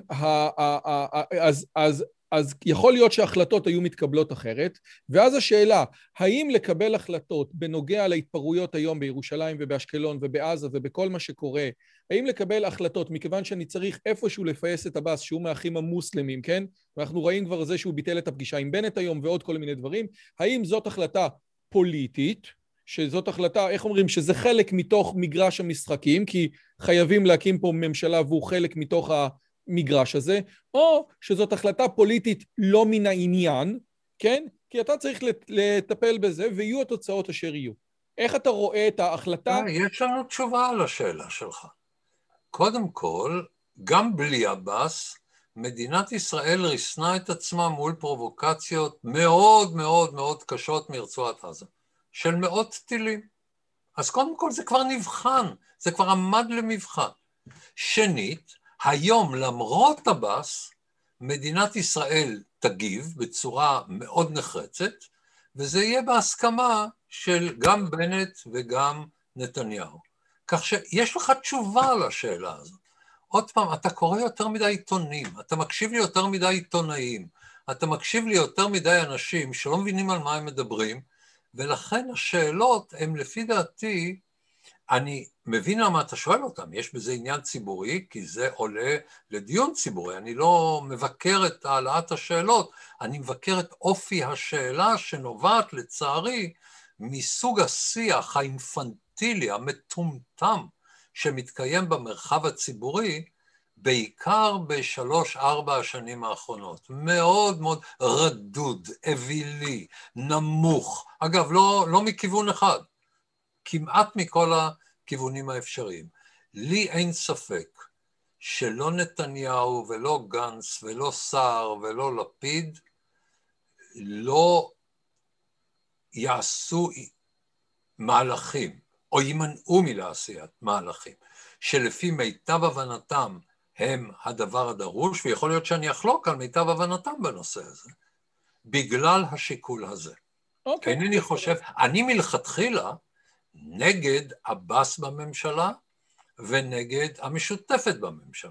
אז, אז, אז יכול להיות שההחלטות היו מתקבלות אחרת, ואז השאלה, האם לקבל החלטות בנוגע להתפרעויות היום בירושלים ובאשקלון ובעזה ובכל מה שקורה, האם לקבל החלטות, מכיוון שאני צריך איפשהו לפייס את אבאס, שהוא מהאחים המוסלמים, כן? ואנחנו רואים כבר זה שהוא ביטל את הפגישה עם בנט היום ועוד כל מיני דברים, האם זאת החלטה פוליטית, שזאת החלטה, איך אומרים, שזה חלק מתוך מגרש המשחקים, כי חייבים להקים פה ממשלה והוא חלק מתוך ה... מגרש הזה, או שזאת החלטה פוליטית לא מן העניין, כן? כי אתה צריך לטפל בזה, ויהיו התוצאות אשר יהיו. איך אתה רואה את ההחלטה? יש לנו תשובה על השאלה שלך. קודם כל, גם בלי אבאס, מדינת ישראל ריסנה את עצמה מול פרובוקציות מאוד מאוד מאוד קשות מרצועת עזה, של מאות טילים. אז קודם כל זה כבר נבחן, זה כבר עמד למבחן. שנית, היום למרות עבאס, מדינת ישראל תגיב בצורה מאוד נחרצת, וזה יהיה בהסכמה של גם בנט וגם נתניהו. כך שיש לך תשובה לשאלה הזאת. עוד פעם, אתה קורא יותר מדי עיתונים, אתה מקשיב לי יותר מדי עיתונאים, אתה מקשיב לי יותר מדי אנשים שלא מבינים על מה הם מדברים, ולכן השאלות הן לפי דעתי, אני מבין למה אתה שואל אותם, יש בזה עניין ציבורי, כי זה עולה לדיון ציבורי, אני לא מבקר את העלאת השאלות, אני מבקר את אופי השאלה שנובעת לצערי מסוג השיח האינפנטילי, המטומטם, שמתקיים במרחב הציבורי, בעיקר בשלוש ארבע השנים האחרונות, מאוד מאוד רדוד, אווילי, נמוך, אגב לא, לא מכיוון אחד, כמעט מכל הכיוונים האפשריים. לי אין ספק שלא נתניהו ולא גנץ ולא סער ולא לפיד לא יעשו מהלכים או יימנעו מלעשיית מהלכים שלפי מיטב הבנתם הם הדבר הדרוש, ויכול להיות שאני אחלוק על מיטב הבנתם בנושא הזה, בגלל השיקול הזה. Okay. אינני חושב, אני מלכתחילה נגד עבאס בממשלה ונגד המשותפת בממשלה.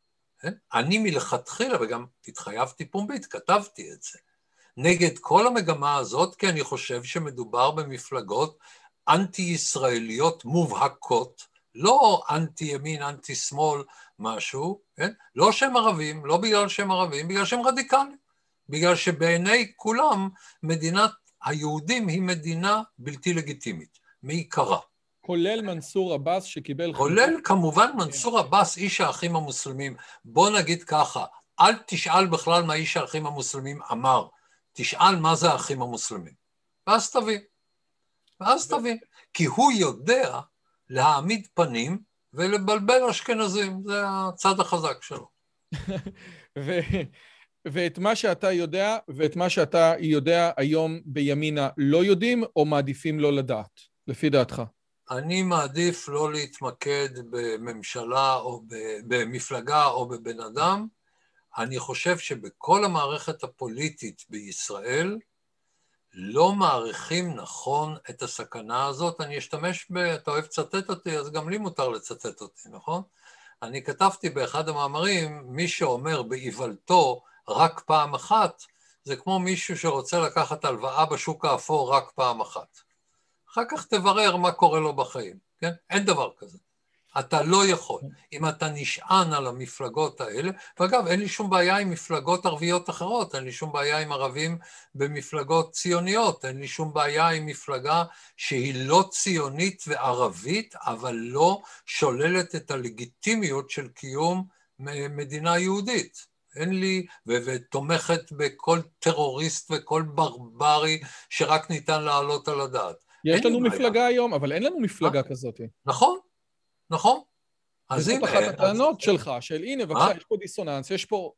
אני מלכתחילה, וגם התחייבתי פומבית, כתבתי את זה, נגד כל המגמה הזאת, כי אני חושב שמדובר במפלגות אנטי-ישראליות מובהקות, לא אנטי-ימין, אנטי-שמאל, משהו, כן? לא שהם ערבים, לא בגלל שהם ערבים, בגלל שהם רדיקליים, בגלל שבעיני כולם מדינת היהודים היא מדינה בלתי לגיטימית, מעיקרה. כולל מנסור עבאס שקיבל... כולל חיבור. כמובן מנסור עבאס, איש האחים המוסלמים. בוא נגיד ככה, אל תשאל בכלל מה איש האחים המוסלמים אמר, תשאל מה זה האחים המוסלמים. ואז תבין, ואז תבין. כי הוא יודע להעמיד פנים ולבלבל אשכנזים, זה הצד החזק שלו. ו... ואת מה שאתה יודע, ואת מה שאתה יודע היום בימינה לא יודעים, או מעדיפים לא לדעת, לפי דעתך? אני מעדיף לא להתמקד בממשלה או במפלגה או בבן אדם. אני חושב שבכל המערכת הפוליטית בישראל לא מעריכים נכון את הסכנה הזאת. אני אשתמש ב... אתה אוהב לצטט אותי, אז גם לי מותר לצטט אותי, נכון? אני כתבתי באחד המאמרים, מי שאומר באיוולתו רק פעם אחת, זה כמו מישהו שרוצה לקחת הלוואה בשוק האפור רק פעם אחת. אחר כך תברר מה קורה לו בחיים, כן? אין דבר כזה. אתה לא יכול. אם אתה נשען על המפלגות האלה, ואגב, אין לי שום בעיה עם מפלגות ערביות אחרות, אין לי שום בעיה עם ערבים במפלגות ציוניות, אין לי שום בעיה עם מפלגה שהיא לא ציונית וערבית, אבל לא שוללת את הלגיטימיות של קיום מדינה יהודית. אין לי, ו- ותומכת בכל טרוריסט וכל ברברי שרק ניתן לעלות על הדעת. יש לנו מפלגה היום, אבל אין לנו מפלגה כזאת. נכון, נכון. וזאת אחת הטענות שלך, של הנה, בבקשה, יש פה דיסוננס, יש פה...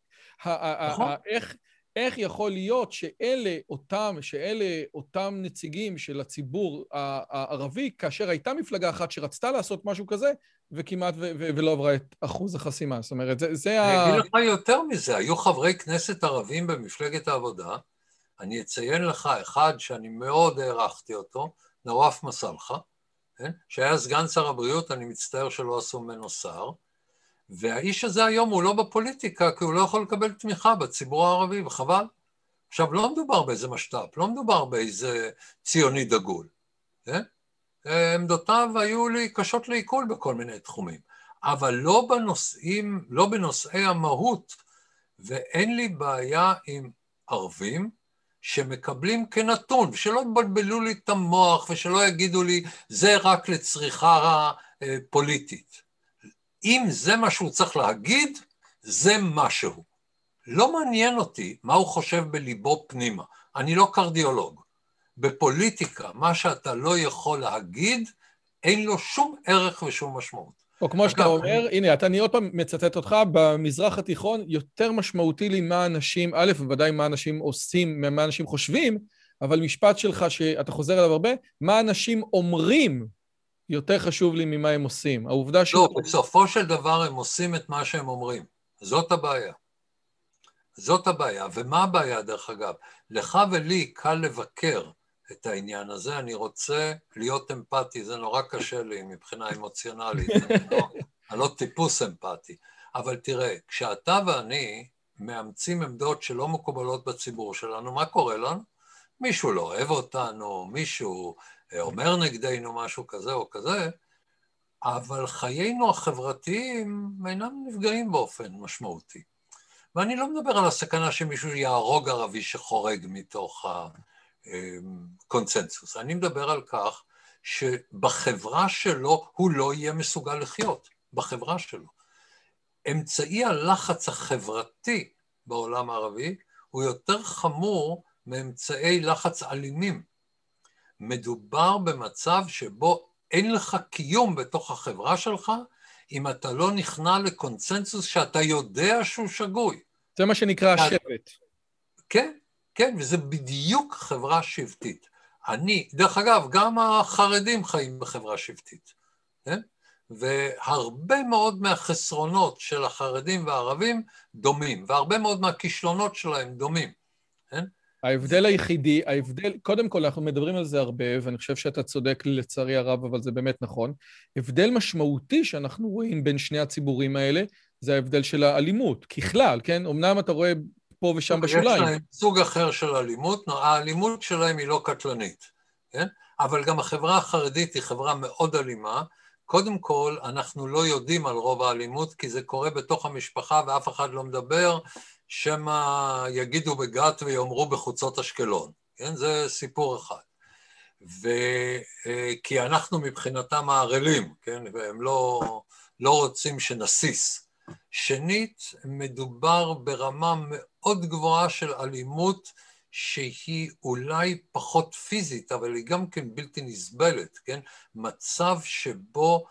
איך יכול להיות שאלה אותם, שאלה אותם נציגים של הציבור הערבי, כאשר הייתה מפלגה אחת שרצתה לעשות משהו כזה, וכמעט ולא עברה את אחוז החסימה. זאת אומרת, זה ה... אני אגיד לך יותר מזה, היו חברי כנסת ערבים במפלגת העבודה, אני אציין לך אחד שאני מאוד הערכתי אותו, נואף מסלחה, שהיה סגן שר הבריאות, אני מצטער שלא עשו ממנו שר, והאיש הזה היום הוא לא בפוליטיקה, כי הוא לא יכול לקבל תמיכה בציבור הערבי, וחבל. עכשיו, לא מדובר באיזה משת"פ, לא מדובר באיזה ציוני דגול. עמדותיו היו לי קשות לעיכול בכל מיני תחומים, אבל לא בנושאים, לא בנושאי המהות, ואין לי בעיה עם ערבים שמקבלים כנתון, ושלא יבלבלו לי את המוח, ושלא יגידו לי, זה רק לצריכה פוליטית. אם זה מה שהוא צריך להגיד, זה משהו. לא מעניין אותי מה הוא חושב בליבו פנימה. אני לא קרדיולוג. בפוליטיקה, מה שאתה לא יכול להגיד, אין לו שום ערך ושום משמעות. או כמו שאתה אומר, הנה, אני עוד פעם מצטט אותך, במזרח התיכון יותר משמעותי לי מה אנשים, א', בוודאי מה אנשים עושים, מה אנשים חושבים, אבל משפט שלך שאתה חוזר עליו הרבה, מה אנשים אומרים יותר חשוב לי ממה הם עושים. העובדה ש... לא, בסופו של דבר הם עושים את מה שהם אומרים. זאת הבעיה. זאת הבעיה. ומה הבעיה, דרך אגב? לך ולי קל לבקר את העניין הזה. אני רוצה להיות אמפתי, זה נורא קשה לי מבחינה אמוציונלית. אני לא, אני לא טיפוס אמפתי. אבל תראה, כשאתה ואני מאמצים עמדות שלא מקובלות בציבור שלנו, מה קורה לנו? מישהו לא אוהב אותנו, מישהו אומר נגדנו משהו כזה או כזה, אבל חיינו החברתיים אינם נפגעים באופן משמעותי. ואני לא מדבר על הסכנה שמישהו יהרוג ערבי שחורג מתוך הקונצנזוס. אני מדבר על כך שבחברה שלו הוא לא יהיה מסוגל לחיות, בחברה שלו. אמצעי הלחץ החברתי בעולם הערבי הוא יותר חמור מאמצעי לחץ אלימים. מדובר במצב שבו אין לך קיום בתוך החברה שלך, אם אתה לא נכנע לקונצנזוס שאתה יודע שהוא שגוי. זה מה שנקרא השבט. כן, כן, וזה בדיוק חברה שבטית. אני, דרך אגב, גם החרדים חיים בחברה שבטית, כן? והרבה מאוד מהחסרונות של החרדים והערבים דומים, והרבה מאוד מהכישלונות שלהם דומים, כן? ההבדל היחידי, ההבדל, קודם כל אנחנו מדברים על זה הרבה, ואני חושב שאתה צודק לצערי הרב, אבל זה באמת נכון. הבדל משמעותי שאנחנו רואים בין שני הציבורים האלה, זה ההבדל של האלימות, ככלל, כן? אמנם אתה רואה פה ושם בשוליים. יש להם סוג אחר של אלימות, האלימות שלהם היא לא קטלנית, כן? אבל גם החברה החרדית היא חברה מאוד אלימה. קודם כל, אנחנו לא יודעים על רוב האלימות, כי זה קורה בתוך המשפחה ואף אחד לא מדבר, שמה יגידו בגת ויאמרו בחוצות אשקלון, כן? זה סיפור אחד. וכי אנחנו מבחינתם הערלים, כן? והם לא, לא רוצים שנסיס. שנית, מדובר ברמה מאוד גבוהה של אלימות, שהיא אולי פחות פיזית, אבל היא גם כן בלתי נסבלת, כן? מצב שבו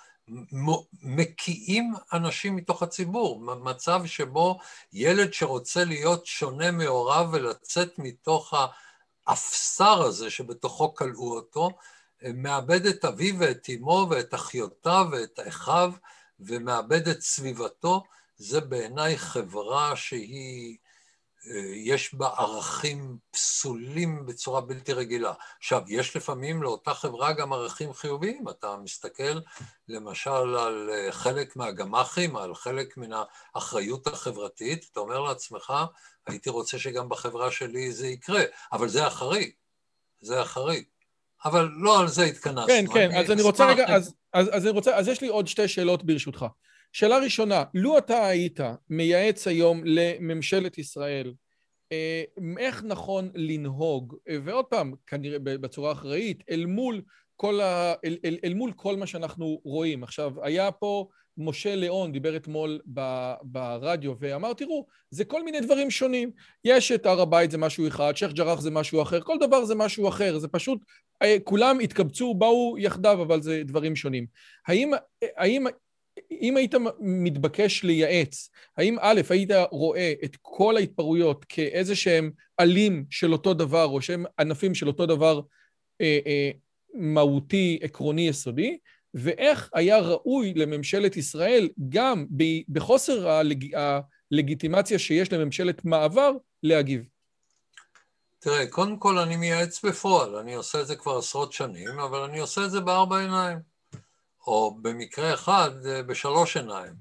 מקיאים אנשים מתוך הציבור, מצב שבו ילד שרוצה להיות שונה מהוריו ולצאת מתוך האפסר הזה שבתוכו קלעו אותו, מאבד את אביו ואת אמו ואת אחיותיו ואת אחיו ומאבד את סביבתו. זה בעיניי חברה שהיא, יש בה ערכים פסולים בצורה בלתי רגילה. עכשיו, יש לפעמים לאותה חברה גם ערכים חיוביים. אתה מסתכל למשל על חלק מהגמחים, על חלק מן האחריות החברתית, אתה אומר לעצמך, הייתי רוצה שגם בחברה שלי זה יקרה, אבל זה אחרי, זה אחרי. אבל לא על זה התכנסנו. כן, כן, אז אני רוצה רגע, אז, אז, אז אני רוצה, אז יש לי עוד שתי שאלות ברשותך. שאלה ראשונה, לו אתה היית מייעץ היום לממשלת ישראל, איך נכון לנהוג, ועוד פעם, כנראה בצורה אחראית, אל מול כל, ה, אל, אל, אל מול כל מה שאנחנו רואים. עכשיו, היה פה משה ליאון, דיבר אתמול ב, ברדיו, ואמר, תראו, זה כל מיני דברים שונים. יש את הר הבית זה משהו אחד, שייח' ג'ראח זה משהו אחר, כל דבר זה משהו אחר, זה פשוט, כולם התקבצו, באו יחדיו, אבל זה דברים שונים. האם, האם, אם היית מתבקש לייעץ, האם א', היית רואה את כל ההתפרעויות כאיזה שהם עלים של אותו דבר, או שהם ענפים של אותו דבר אה, אה, מהותי, עקרוני, יסודי, ואיך היה ראוי לממשלת ישראל, גם בחוסר הלג... הלגיטימציה שיש לממשלת מעבר, להגיב? תראה, קודם כל אני מייעץ בפועל, אני עושה את זה כבר עשרות שנים, אבל אני עושה את זה בארבע עיניים. או במקרה אחד, בשלוש עיניים.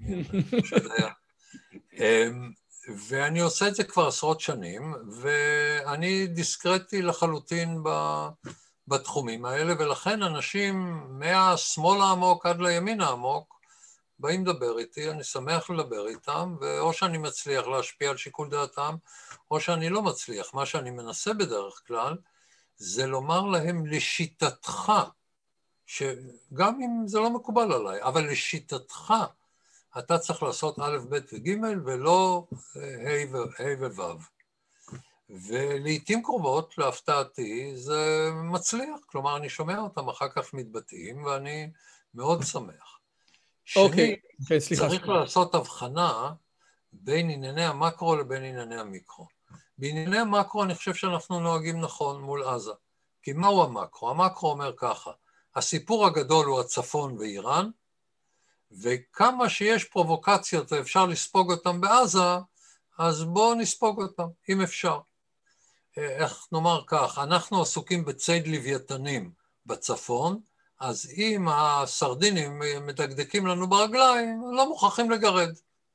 ואני עושה את זה כבר עשרות שנים, ואני דיסקרטי לחלוטין בתחומים האלה, ולכן אנשים מהשמאל העמוק עד לימין העמוק, באים לדבר איתי, אני שמח לדבר איתם, ואו שאני מצליח להשפיע על שיקול דעתם, או שאני לא מצליח. מה שאני מנסה בדרך כלל, זה לומר להם לשיטתך, שגם אם זה לא מקובל עליי, אבל לשיטתך, אתה צריך לעשות א', ב' וג' ולא ה' וו'. ולעיתים קרובות, להפתעתי, זה מצליח. כלומר, אני שומע אותם אחר כך מתבטאים, ואני מאוד שמח. אוקיי, שנית, סליחה. צריך לעשות הבחנה בין ענייני המקרו לבין ענייני המיקרו. בענייני המקרו אני חושב שאנחנו נוהגים נכון מול עזה. כי מהו המקרו? המקרו אומר ככה, הסיפור הגדול הוא הצפון ואיראן, וכמה שיש פרובוקציות ואפשר לספוג אותם בעזה, אז בואו נספוג אותם, אם אפשר. איך נאמר כך, אנחנו עסוקים בציד לוויתנים בצפון, אז אם הסרדינים מדקדקים לנו ברגליים, לא מוכרחים לגרד.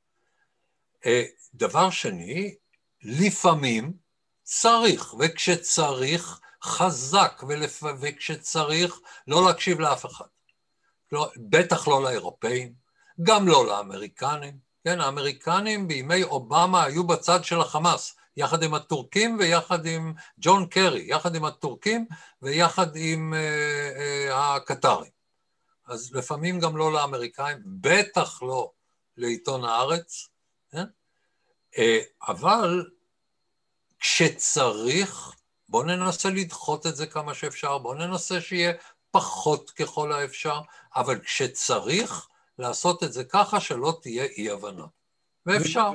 דבר שני, לפעמים צריך, וכשצריך חזק, ולפ... וכשצריך לא להקשיב לאף אחד. לא, בטח לא לאירופאים, גם לא לאמריקנים. כן, האמריקנים בימי אובמה היו בצד של החמאס, יחד עם הטורקים ויחד עם ג'ון קרי, יחד עם הטורקים ויחד עם אה, אה, הקטרים. אז לפעמים גם לא לאמריקאים, בטח לא לעיתון הארץ, כן? אה, אבל כשצריך, בואו ננסה לדחות את זה כמה שאפשר, בואו ננסה שיהיה פחות ככל האפשר, אבל כשצריך לעשות את זה ככה שלא תהיה אי הבנה. ואפשר.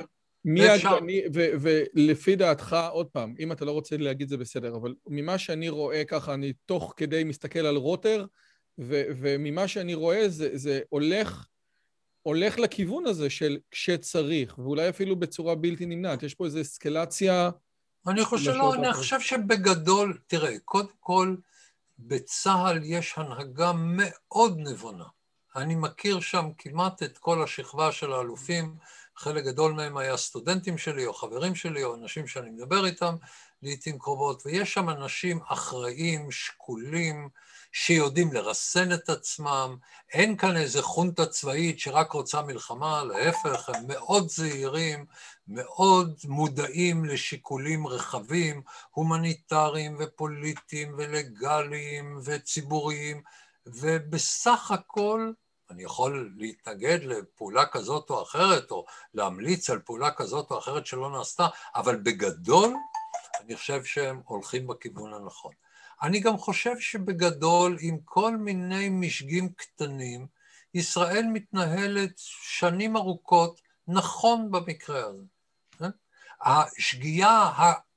ולפי דעתך, עוד פעם, אם אתה לא רוצה להגיד זה בסדר, אבל ממה שאני רואה ככה, אני תוך כדי מסתכל על רוטר, וממה שאני רואה זה הולך, הולך לכיוון הזה של כשצריך, ואולי אפילו בצורה בלתי נמנעת. יש פה איזו אסקלציה... אני חושב, לא, אני חושב שבגדול, תראה, קודם כל, בצה"ל יש הנהגה מאוד נבונה. אני מכיר שם כמעט את כל השכבה של האלופים, חלק גדול מהם היה סטודנטים שלי, או חברים שלי, או אנשים שאני מדבר איתם, לעתים קרובות, ויש שם אנשים אחראים, שקולים, שיודעים לרסן את עצמם, אין כאן איזה חונטה צבאית שרק רוצה מלחמה, להפך, הם מאוד זהירים, מאוד מודעים לשיקולים רחבים, הומניטריים ופוליטיים ולגליים וציבוריים, ובסך הכל, אני יכול להתנגד לפעולה כזאת או אחרת, או להמליץ על פעולה כזאת או אחרת שלא נעשתה, אבל בגדול, אני חושב שהם הולכים בכיוון הנכון. אני גם חושב שבגדול, עם כל מיני משגים קטנים, ישראל מתנהלת שנים ארוכות נכון במקרה הזה. השגיאה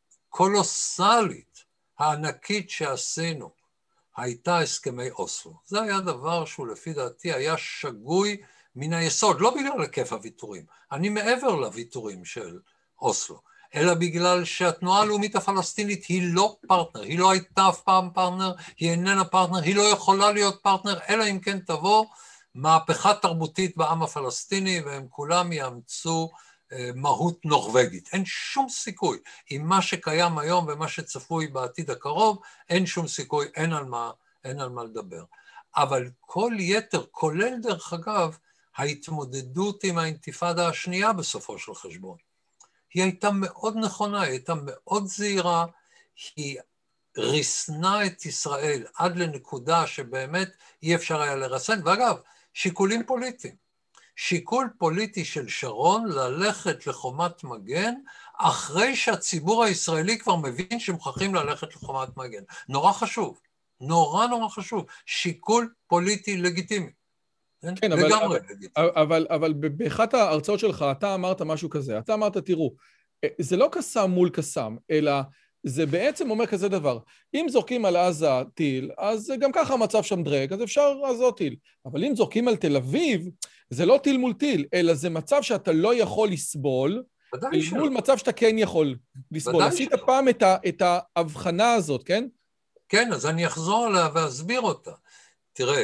הקולוסלית, הענקית שעשינו, הייתה הסכמי אוסלו. זה היה דבר שהוא לפי דעתי היה שגוי מן היסוד, לא בגלל היקף הוויתורים, אני מעבר לוויתורים של אוסלו, אלא בגלל שהתנועה הלאומית הפלסטינית היא לא פרטנר, היא לא הייתה אף פעם פרטנר, היא איננה פרטנר, היא לא יכולה להיות פרטנר, אלא אם כן תבוא מהפכה תרבותית בעם הפלסטיני, והם כולם יאמצו מהות נורווגית. אין שום סיכוי. עם מה שקיים היום ומה שצפוי בעתיד הקרוב, אין שום סיכוי, אין על מה, אין על מה לדבר. אבל כל יתר, כולל דרך אגב, ההתמודדות עם האינתיפאדה השנייה בסופו של חשבון, היא הייתה מאוד נכונה, היא הייתה מאוד זהירה, היא ריסנה את ישראל עד לנקודה שבאמת אי אפשר היה לרסן, ואגב, שיקולים פוליטיים. שיקול פוליטי של שרון ללכת לחומת מגן, אחרי שהציבור הישראלי כבר מבין שמוכרחים ללכת לחומת מגן. נורא חשוב, נורא נורא חשוב, שיקול פוליטי לגיטימי. כן, אבל, אבל, אבל, אבל באחת ההרצאות שלך אתה אמרת משהו כזה, אתה אמרת, תראו, זה לא קסם מול קסם, אלא זה בעצם אומר כזה דבר, אם זורקים על עזה טיל, אז גם ככה המצב שם דרג, אז אפשר אז עוד טיל, אבל אם זורקים על תל אביב, זה לא טיל מול טיל, אלא זה מצב שאתה לא יכול לסבול, מול מצב שאתה כן יכול לסבול. עשית פעם את, ה, את ההבחנה הזאת, כן? כן, אז אני אחזור עליה ואסביר אותה. תראה,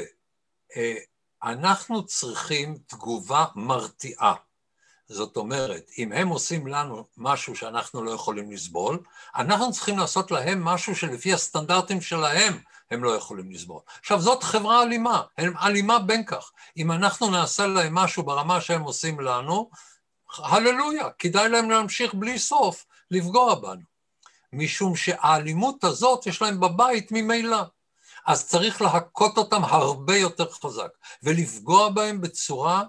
אנחנו צריכים תגובה מרתיעה. זאת אומרת, אם הם עושים לנו משהו שאנחנו לא יכולים לסבול, אנחנו צריכים לעשות להם משהו שלפי הסטנדרטים שלהם הם לא יכולים לסבול. עכשיו, זאת חברה אלימה, הם אלימה בין כך. אם אנחנו נעשה להם משהו ברמה שהם עושים לנו, הללויה, כדאי להם להמשיך בלי סוף לפגוע בנו. משום שהאלימות הזאת יש להם בבית ממילא. אז צריך להכות אותם הרבה יותר חזק, ולפגוע בהם בצורה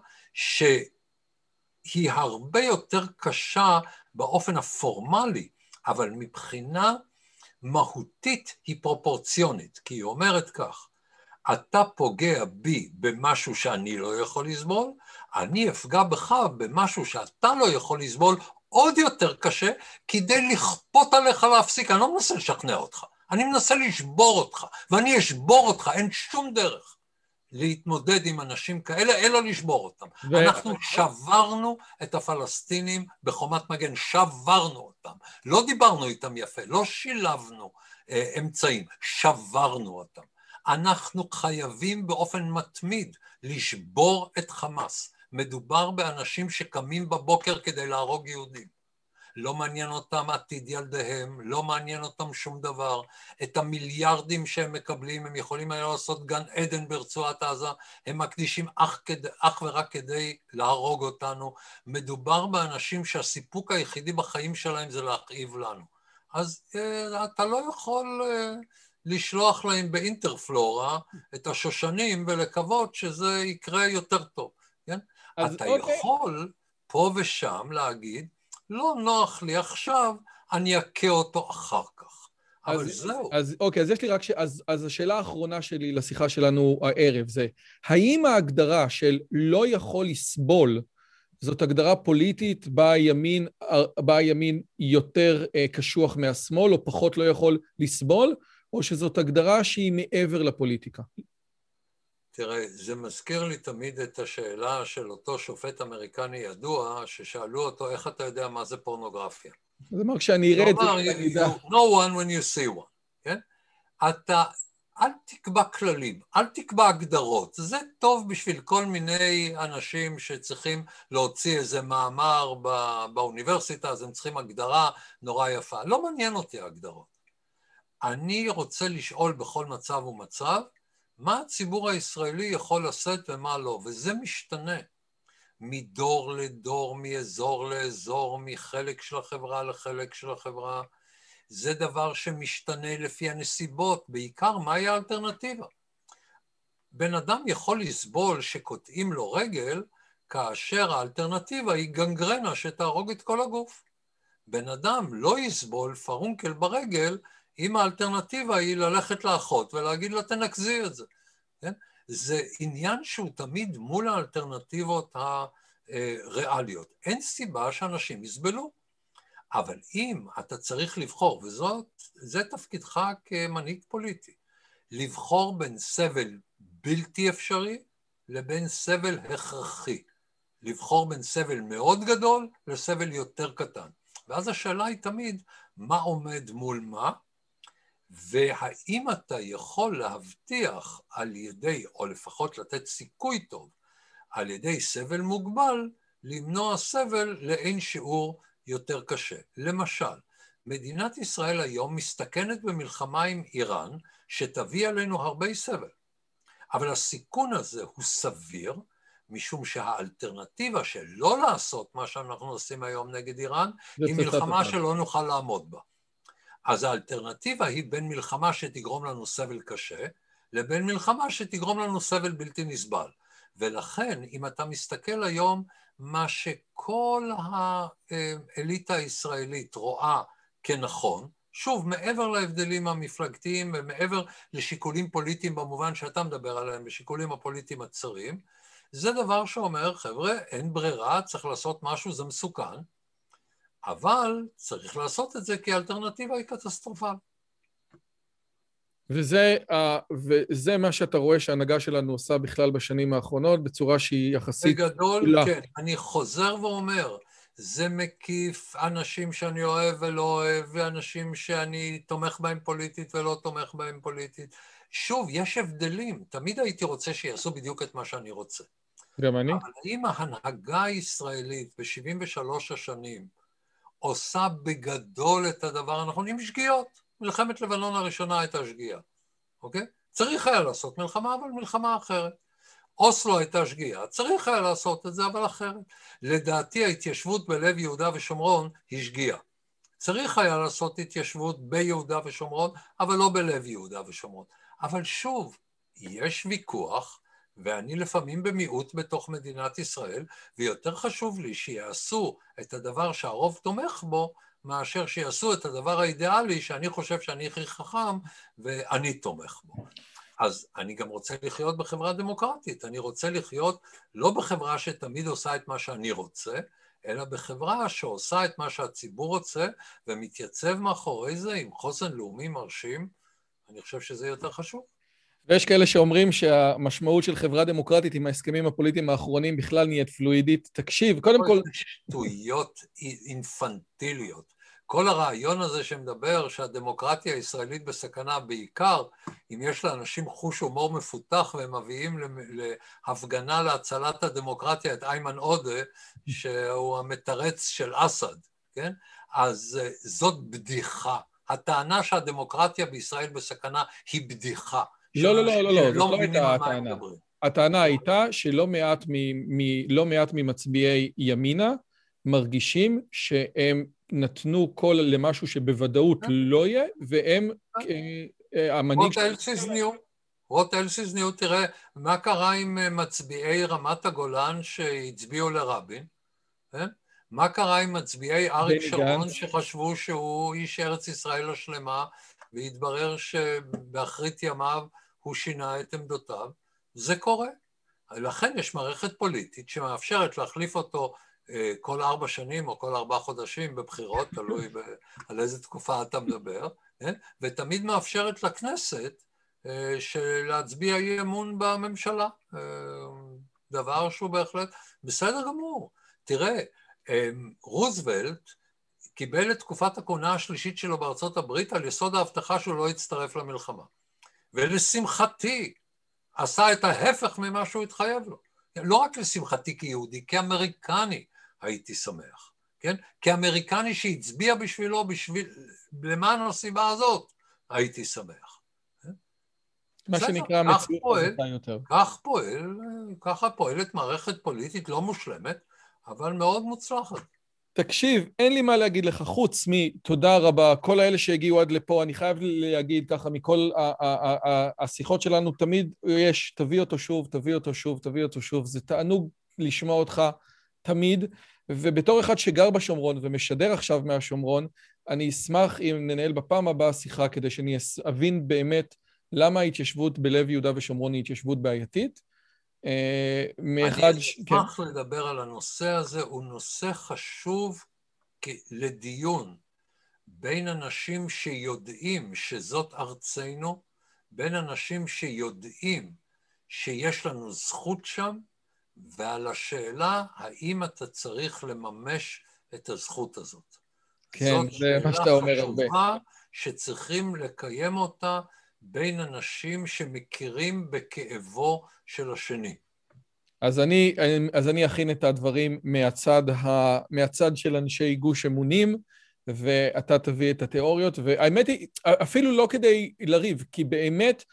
שהיא הרבה יותר קשה באופן הפורמלי, אבל מבחינה מהותית היא פרופורציונית, כי היא אומרת כך, אתה פוגע בי במשהו שאני לא יכול לסבול, אני אפגע בך במשהו שאתה לא יכול לסבול עוד יותר קשה, כדי לכפות עליך להפסיק, אני לא מנסה לשכנע אותך, אני מנסה לשבור אותך, ואני אשבור אותך, אין שום דרך להתמודד עם אנשים כאלה, אלא לשבור אותם. ו... אנחנו שברנו את הפלסטינים בחומת מגן, שברנו אותם. לא דיברנו איתם יפה, לא שילבנו אה, אמצעים, שברנו אותם. אנחנו חייבים באופן מתמיד לשבור את חמאס. מדובר באנשים שקמים בבוקר כדי להרוג יהודים. לא מעניין אותם עתיד ילדיהם, לא מעניין אותם שום דבר. את המיליארדים שהם מקבלים, הם יכולים היה לעשות גן עדן ברצועת עזה, הם מקדישים אך, כדי, אך ורק כדי להרוג אותנו. מדובר באנשים שהסיפוק היחידי בחיים שלהם זה להכאיב לנו. אז אה, אתה לא יכול אה, לשלוח להם באינטרפלורה את השושנים ולקוות שזה יקרה יותר טוב. כן? אתה אוקיי. יכול פה ושם להגיד, לא נוח לי עכשיו, אני אכה אותו אחר כך. אבל אז, זהו. אז אוקיי, אז יש לי רק ש... אז, אז השאלה האחרונה שלי לשיחה שלנו הערב זה, האם ההגדרה של לא יכול לסבול, זאת הגדרה פוליטית בה הימין, בה הימין יותר אה, קשוח מהשמאל, או פחות לא יכול לסבול, או שזאת הגדרה שהיא מעבר לפוליטיקה? תראה, זה מזכיר לי תמיד את השאלה של אותו שופט אמריקני ידוע, ששאלו אותו, איך אתה יודע מה זה פורנוגרפיה? זאת אומרת, כשאני אראה את זה, אני אדע. You know one when you see one, כן? אתה, אל תקבע כללים, אל תקבע הגדרות. זה טוב בשביל כל מיני אנשים שצריכים להוציא איזה מאמר בא, באוניברסיטה, אז הם צריכים הגדרה נורא יפה. לא מעניין אותי ההגדרות. אני רוצה לשאול בכל מצב ומצב, מה הציבור הישראלי יכול לשאת ומה לא, וזה משתנה מדור לדור, מאזור לאזור, מחלק של החברה לחלק של החברה. זה דבר שמשתנה לפי הנסיבות, בעיקר מהי האלטרנטיבה. בן אדם יכול לסבול שקוטעים לו רגל, כאשר האלטרנטיבה היא גנגרנה שתהרוג את כל הגוף. בן אדם לא יסבול פרונקל ברגל, אם האלטרנטיבה היא ללכת לאחות ולהגיד לה תנקזי את זה. כן? זה עניין שהוא תמיד מול האלטרנטיבות הריאליות. אין סיבה שאנשים יסבלו. אבל אם אתה צריך לבחור, וזה תפקידך כמנהיג פוליטי, לבחור בין סבל בלתי אפשרי לבין סבל הכרחי. לבחור בין סבל מאוד גדול לסבל יותר קטן. ואז השאלה היא תמיד, מה עומד מול מה? והאם אתה יכול להבטיח על ידי, או לפחות לתת סיכוי טוב, על ידי סבל מוגבל, למנוע סבל לאין שיעור יותר קשה. למשל, מדינת ישראל היום מסתכנת במלחמה עם איראן, שתביא עלינו הרבה סבל. אבל הסיכון הזה הוא סביר, משום שהאלטרנטיבה של לא לעשות מה שאנחנו עושים היום נגד איראן, היא מלחמה שלא נוכל לעמוד בה. אז האלטרנטיבה היא בין מלחמה שתגרום לנו סבל קשה, לבין מלחמה שתגרום לנו סבל בלתי נסבל. ולכן, אם אתה מסתכל היום, מה שכל האליטה הישראלית רואה כנכון, שוב, מעבר להבדלים המפלגתיים ומעבר לשיקולים פוליטיים במובן שאתה מדבר עליהם, בשיקולים הפוליטיים הצרים, זה דבר שאומר, חבר'ה, אין ברירה, צריך לעשות משהו, זה מסוכן, אבל צריך לעשות את זה כי האלטרנטיבה היא קטסטרופל. וזה, וזה מה שאתה רואה שההנהגה שלנו עושה בכלל בשנים האחרונות, בצורה שהיא יחסית... בגדול, לה. כן. אני חוזר ואומר, זה מקיף אנשים שאני אוהב ולא אוהב, ואנשים שאני תומך בהם פוליטית ולא תומך בהם פוליטית. שוב, יש הבדלים. תמיד הייתי רוצה שיעשו בדיוק את מה שאני רוצה. גם אני. אבל אם ההנהגה הישראלית ב-שבעים ושלוש השנים עושה בגדול את הדבר הנכון, עם שגיאות. מלחמת לבנון הראשונה הייתה שגיאה, אוקיי? צריך היה לעשות מלחמה, אבל מלחמה אחרת. אוסלו הייתה שגיאה, צריך היה לעשות את זה, אבל אחרת. לדעתי ההתיישבות בלב יהודה ושומרון היא שגיאה. צריך היה לעשות התיישבות ביהודה ושומרון, אבל לא בלב יהודה ושומרון. אבל שוב, יש ויכוח, ואני לפעמים במיעוט בתוך מדינת ישראל, ויותר חשוב לי שיעשו את הדבר שהרוב תומך בו, מאשר שיעשו את הדבר האידיאלי שאני חושב שאני הכי חכם ואני תומך בו. אז אני גם רוצה לחיות בחברה דמוקרטית, אני רוצה לחיות לא בחברה שתמיד עושה את מה שאני רוצה, אלא בחברה שעושה את מה שהציבור רוצה, ומתייצב מאחורי זה עם חוסן לאומי מרשים, אני חושב שזה יותר חשוב. ויש כאלה שאומרים שהמשמעות של חברה דמוקרטית עם ההסכמים הפוליטיים האחרונים בכלל נהיית פלואידית. תקשיב, קודם כל... שטויות אינפנטיליות. כל הרעיון הזה שמדבר שהדמוקרטיה הישראלית בסכנה בעיקר, אם יש לאנשים חוש הומור מפותח והם מביאים להפגנה להצלת הדמוקרטיה את איימן עודה, שהוא המתרץ של אסד, כן? אז זאת בדיחה. הטענה שהדמוקרטיה בישראל בסכנה היא בדיחה. לא, לא, לא, לא, לא, זאת לא הייתה הטענה. הטענה הייתה שלא מעט, מ, לא מעט ממצביעי ימינה מרגישים שהם נתנו קול למשהו שבוודאות לא יהיה, והם המנהיג... What else is new? What else is new? תראה, מה קרה עם מצביעי רמת הגולן שהצביעו לרבין? מה קרה עם מצביעי אריק שרון שחשבו שהוא איש ארץ ישראל השלמה, והתברר שבאחרית ימיו הוא שינה את עמדותיו? זה קורה. לכן יש מערכת פוליטית שמאפשרת להחליף אותו כל ארבע שנים או כל ארבעה חודשים בבחירות, תלוי על איזה תקופה אתה מדבר, ותמיד מאפשרת לכנסת להצביע אי אמון בממשלה. דבר שהוא בהחלט בסדר גמור. תראה, רוזוולט קיבל את תקופת הכהונה השלישית שלו בארצות הברית על יסוד ההבטחה שהוא לא יצטרף למלחמה. ולשמחתי עשה את ההפך ממה שהוא התחייב לו. לא רק לשמחתי כיהודי, כאמריקני הייתי שמח. כן? כאמריקני שהצביע בשבילו, בשביל, למען הסיבה הזאת, הייתי שמח. מה שנקרא מציאות חזקה יותר. כך פועל, ככה פועלת מערכת פוליטית לא מושלמת, אבל מאוד מוצלחת. תקשיב, אין לי מה להגיד לך, חוץ מתודה רבה, כל האלה שהגיעו עד לפה, אני חייב להגיד ככה, מכל השיחות שלנו, תמיד יש, תביא אותו שוב, תביא אותו שוב, תביא אותו שוב, זה תענוג לשמוע אותך תמיד, ובתור אחד שגר בשומרון ומשדר עכשיו מהשומרון, אני אשמח אם ננהל בפעם הבאה שיחה, כדי שאני אבין באמת למה ההתיישבות בלב יהודה ושומרון היא התיישבות בעייתית. אני אשמח לדבר על הנושא הזה, הוא נושא חשוב לדיון בין אנשים שיודעים שזאת ארצנו, בין אנשים שיודעים שיש לנו זכות שם, ועל השאלה האם אתה צריך לממש את הזכות הזאת. כן, זה מה שאתה אומר הרבה. זאת שאלה חשובה שצריכים לקיים אותה בין אנשים שמכירים בכאבו של השני. אז אני, אז אני אכין את הדברים מהצד, ה, מהצד של אנשי גוש אמונים, ואתה תביא את התיאוריות, והאמת היא, אפילו לא כדי לריב, כי באמת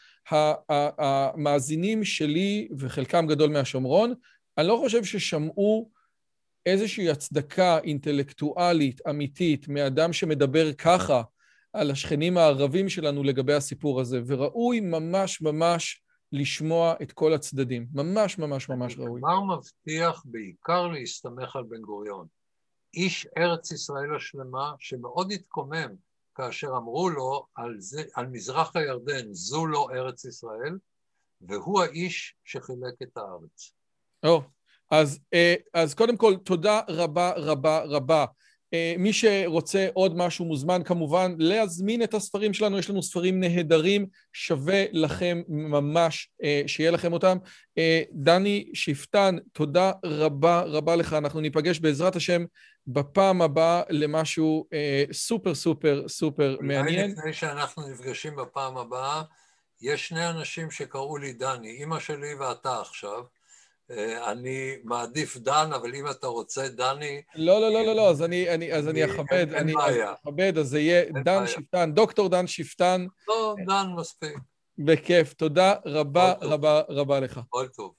המאזינים שלי, וחלקם גדול מהשומרון, אני לא חושב ששמעו איזושהי הצדקה אינטלקטואלית, אמיתית, מאדם שמדבר ככה, על השכנים הערבים שלנו לגבי הסיפור הזה, וראוי ממש ממש לשמוע את כל הצדדים. ממש ממש ממש ראוי. כבר מבטיח בעיקר להסתמך על בן גוריון. איש ארץ ישראל השלמה שמאוד התקומם כאשר אמרו לו על, זה, על מזרח הירדן, זו לא ארץ ישראל, והוא האיש שחילק את הארץ. או, אז, אז קודם כל תודה רבה רבה רבה. מי שרוצה עוד משהו מוזמן כמובן להזמין את הספרים שלנו, יש לנו ספרים נהדרים, שווה לכם ממש שיהיה לכם אותם. דני שפטן, תודה רבה רבה לך, אנחנו ניפגש בעזרת השם בפעם הבאה למשהו סופר סופר סופר מעניין. לפני שאנחנו נפגשים בפעם הבאה, יש שני אנשים שקראו לי דני, אמא שלי ואתה עכשיו, אני מעדיף דן, אבל אם אתה רוצה דני... לא, לא, לא, לא, לא, אז אני, אני, אז אני אכבד, אני אכבד, אז זה יהיה דן שפטן, דוקטור דן שפטן. לא, דן מספיק. בכיף, תודה רבה, רבה, רבה לך. כל טוב.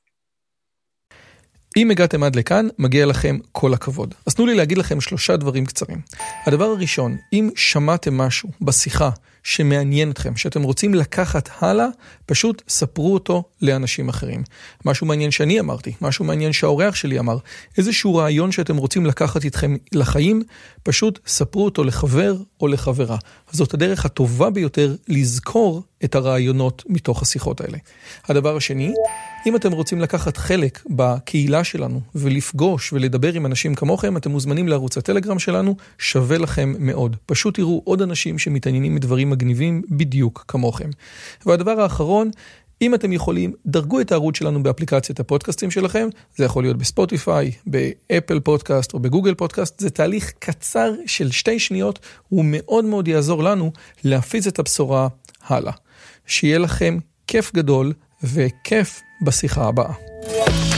אם הגעתם עד לכאן, מגיע לכם כל הכבוד. אז תנו לי להגיד לכם שלושה דברים קצרים. הדבר הראשון, אם שמעתם משהו בשיחה שמעניין אתכם, שאתם רוצים לקחת הלאה, פשוט ספרו אותו לאנשים אחרים. משהו מעניין שאני אמרתי, משהו מעניין שהאורח שלי אמר, איזשהו רעיון שאתם רוצים לקחת איתכם לחיים, פשוט ספרו אותו לחבר או לחברה. זאת הדרך הטובה ביותר לזכור את הרעיונות מתוך השיחות האלה. הדבר השני, אם אתם רוצים לקחת חלק בקהילה שלנו ולפגוש ולדבר עם אנשים כמוכם, אתם מוזמנים לערוץ הטלגרם שלנו, שווה לכם מאוד. פשוט תראו עוד אנשים שמתעניינים מדברים מגניבים בדיוק כמוכם. והדבר האחרון, אם אתם יכולים, דרגו את הערוץ שלנו באפליקציית הפודקאסטים שלכם, זה יכול להיות בספוטיפיי, באפל פודקאסט או בגוגל פודקאסט, זה תהליך קצר של שתי שניות, הוא מאוד מאוד יעזור לנו להפיץ את הבשורה הלאה. שיהיה לכם כיף גדול וכיף בשיחה הבאה.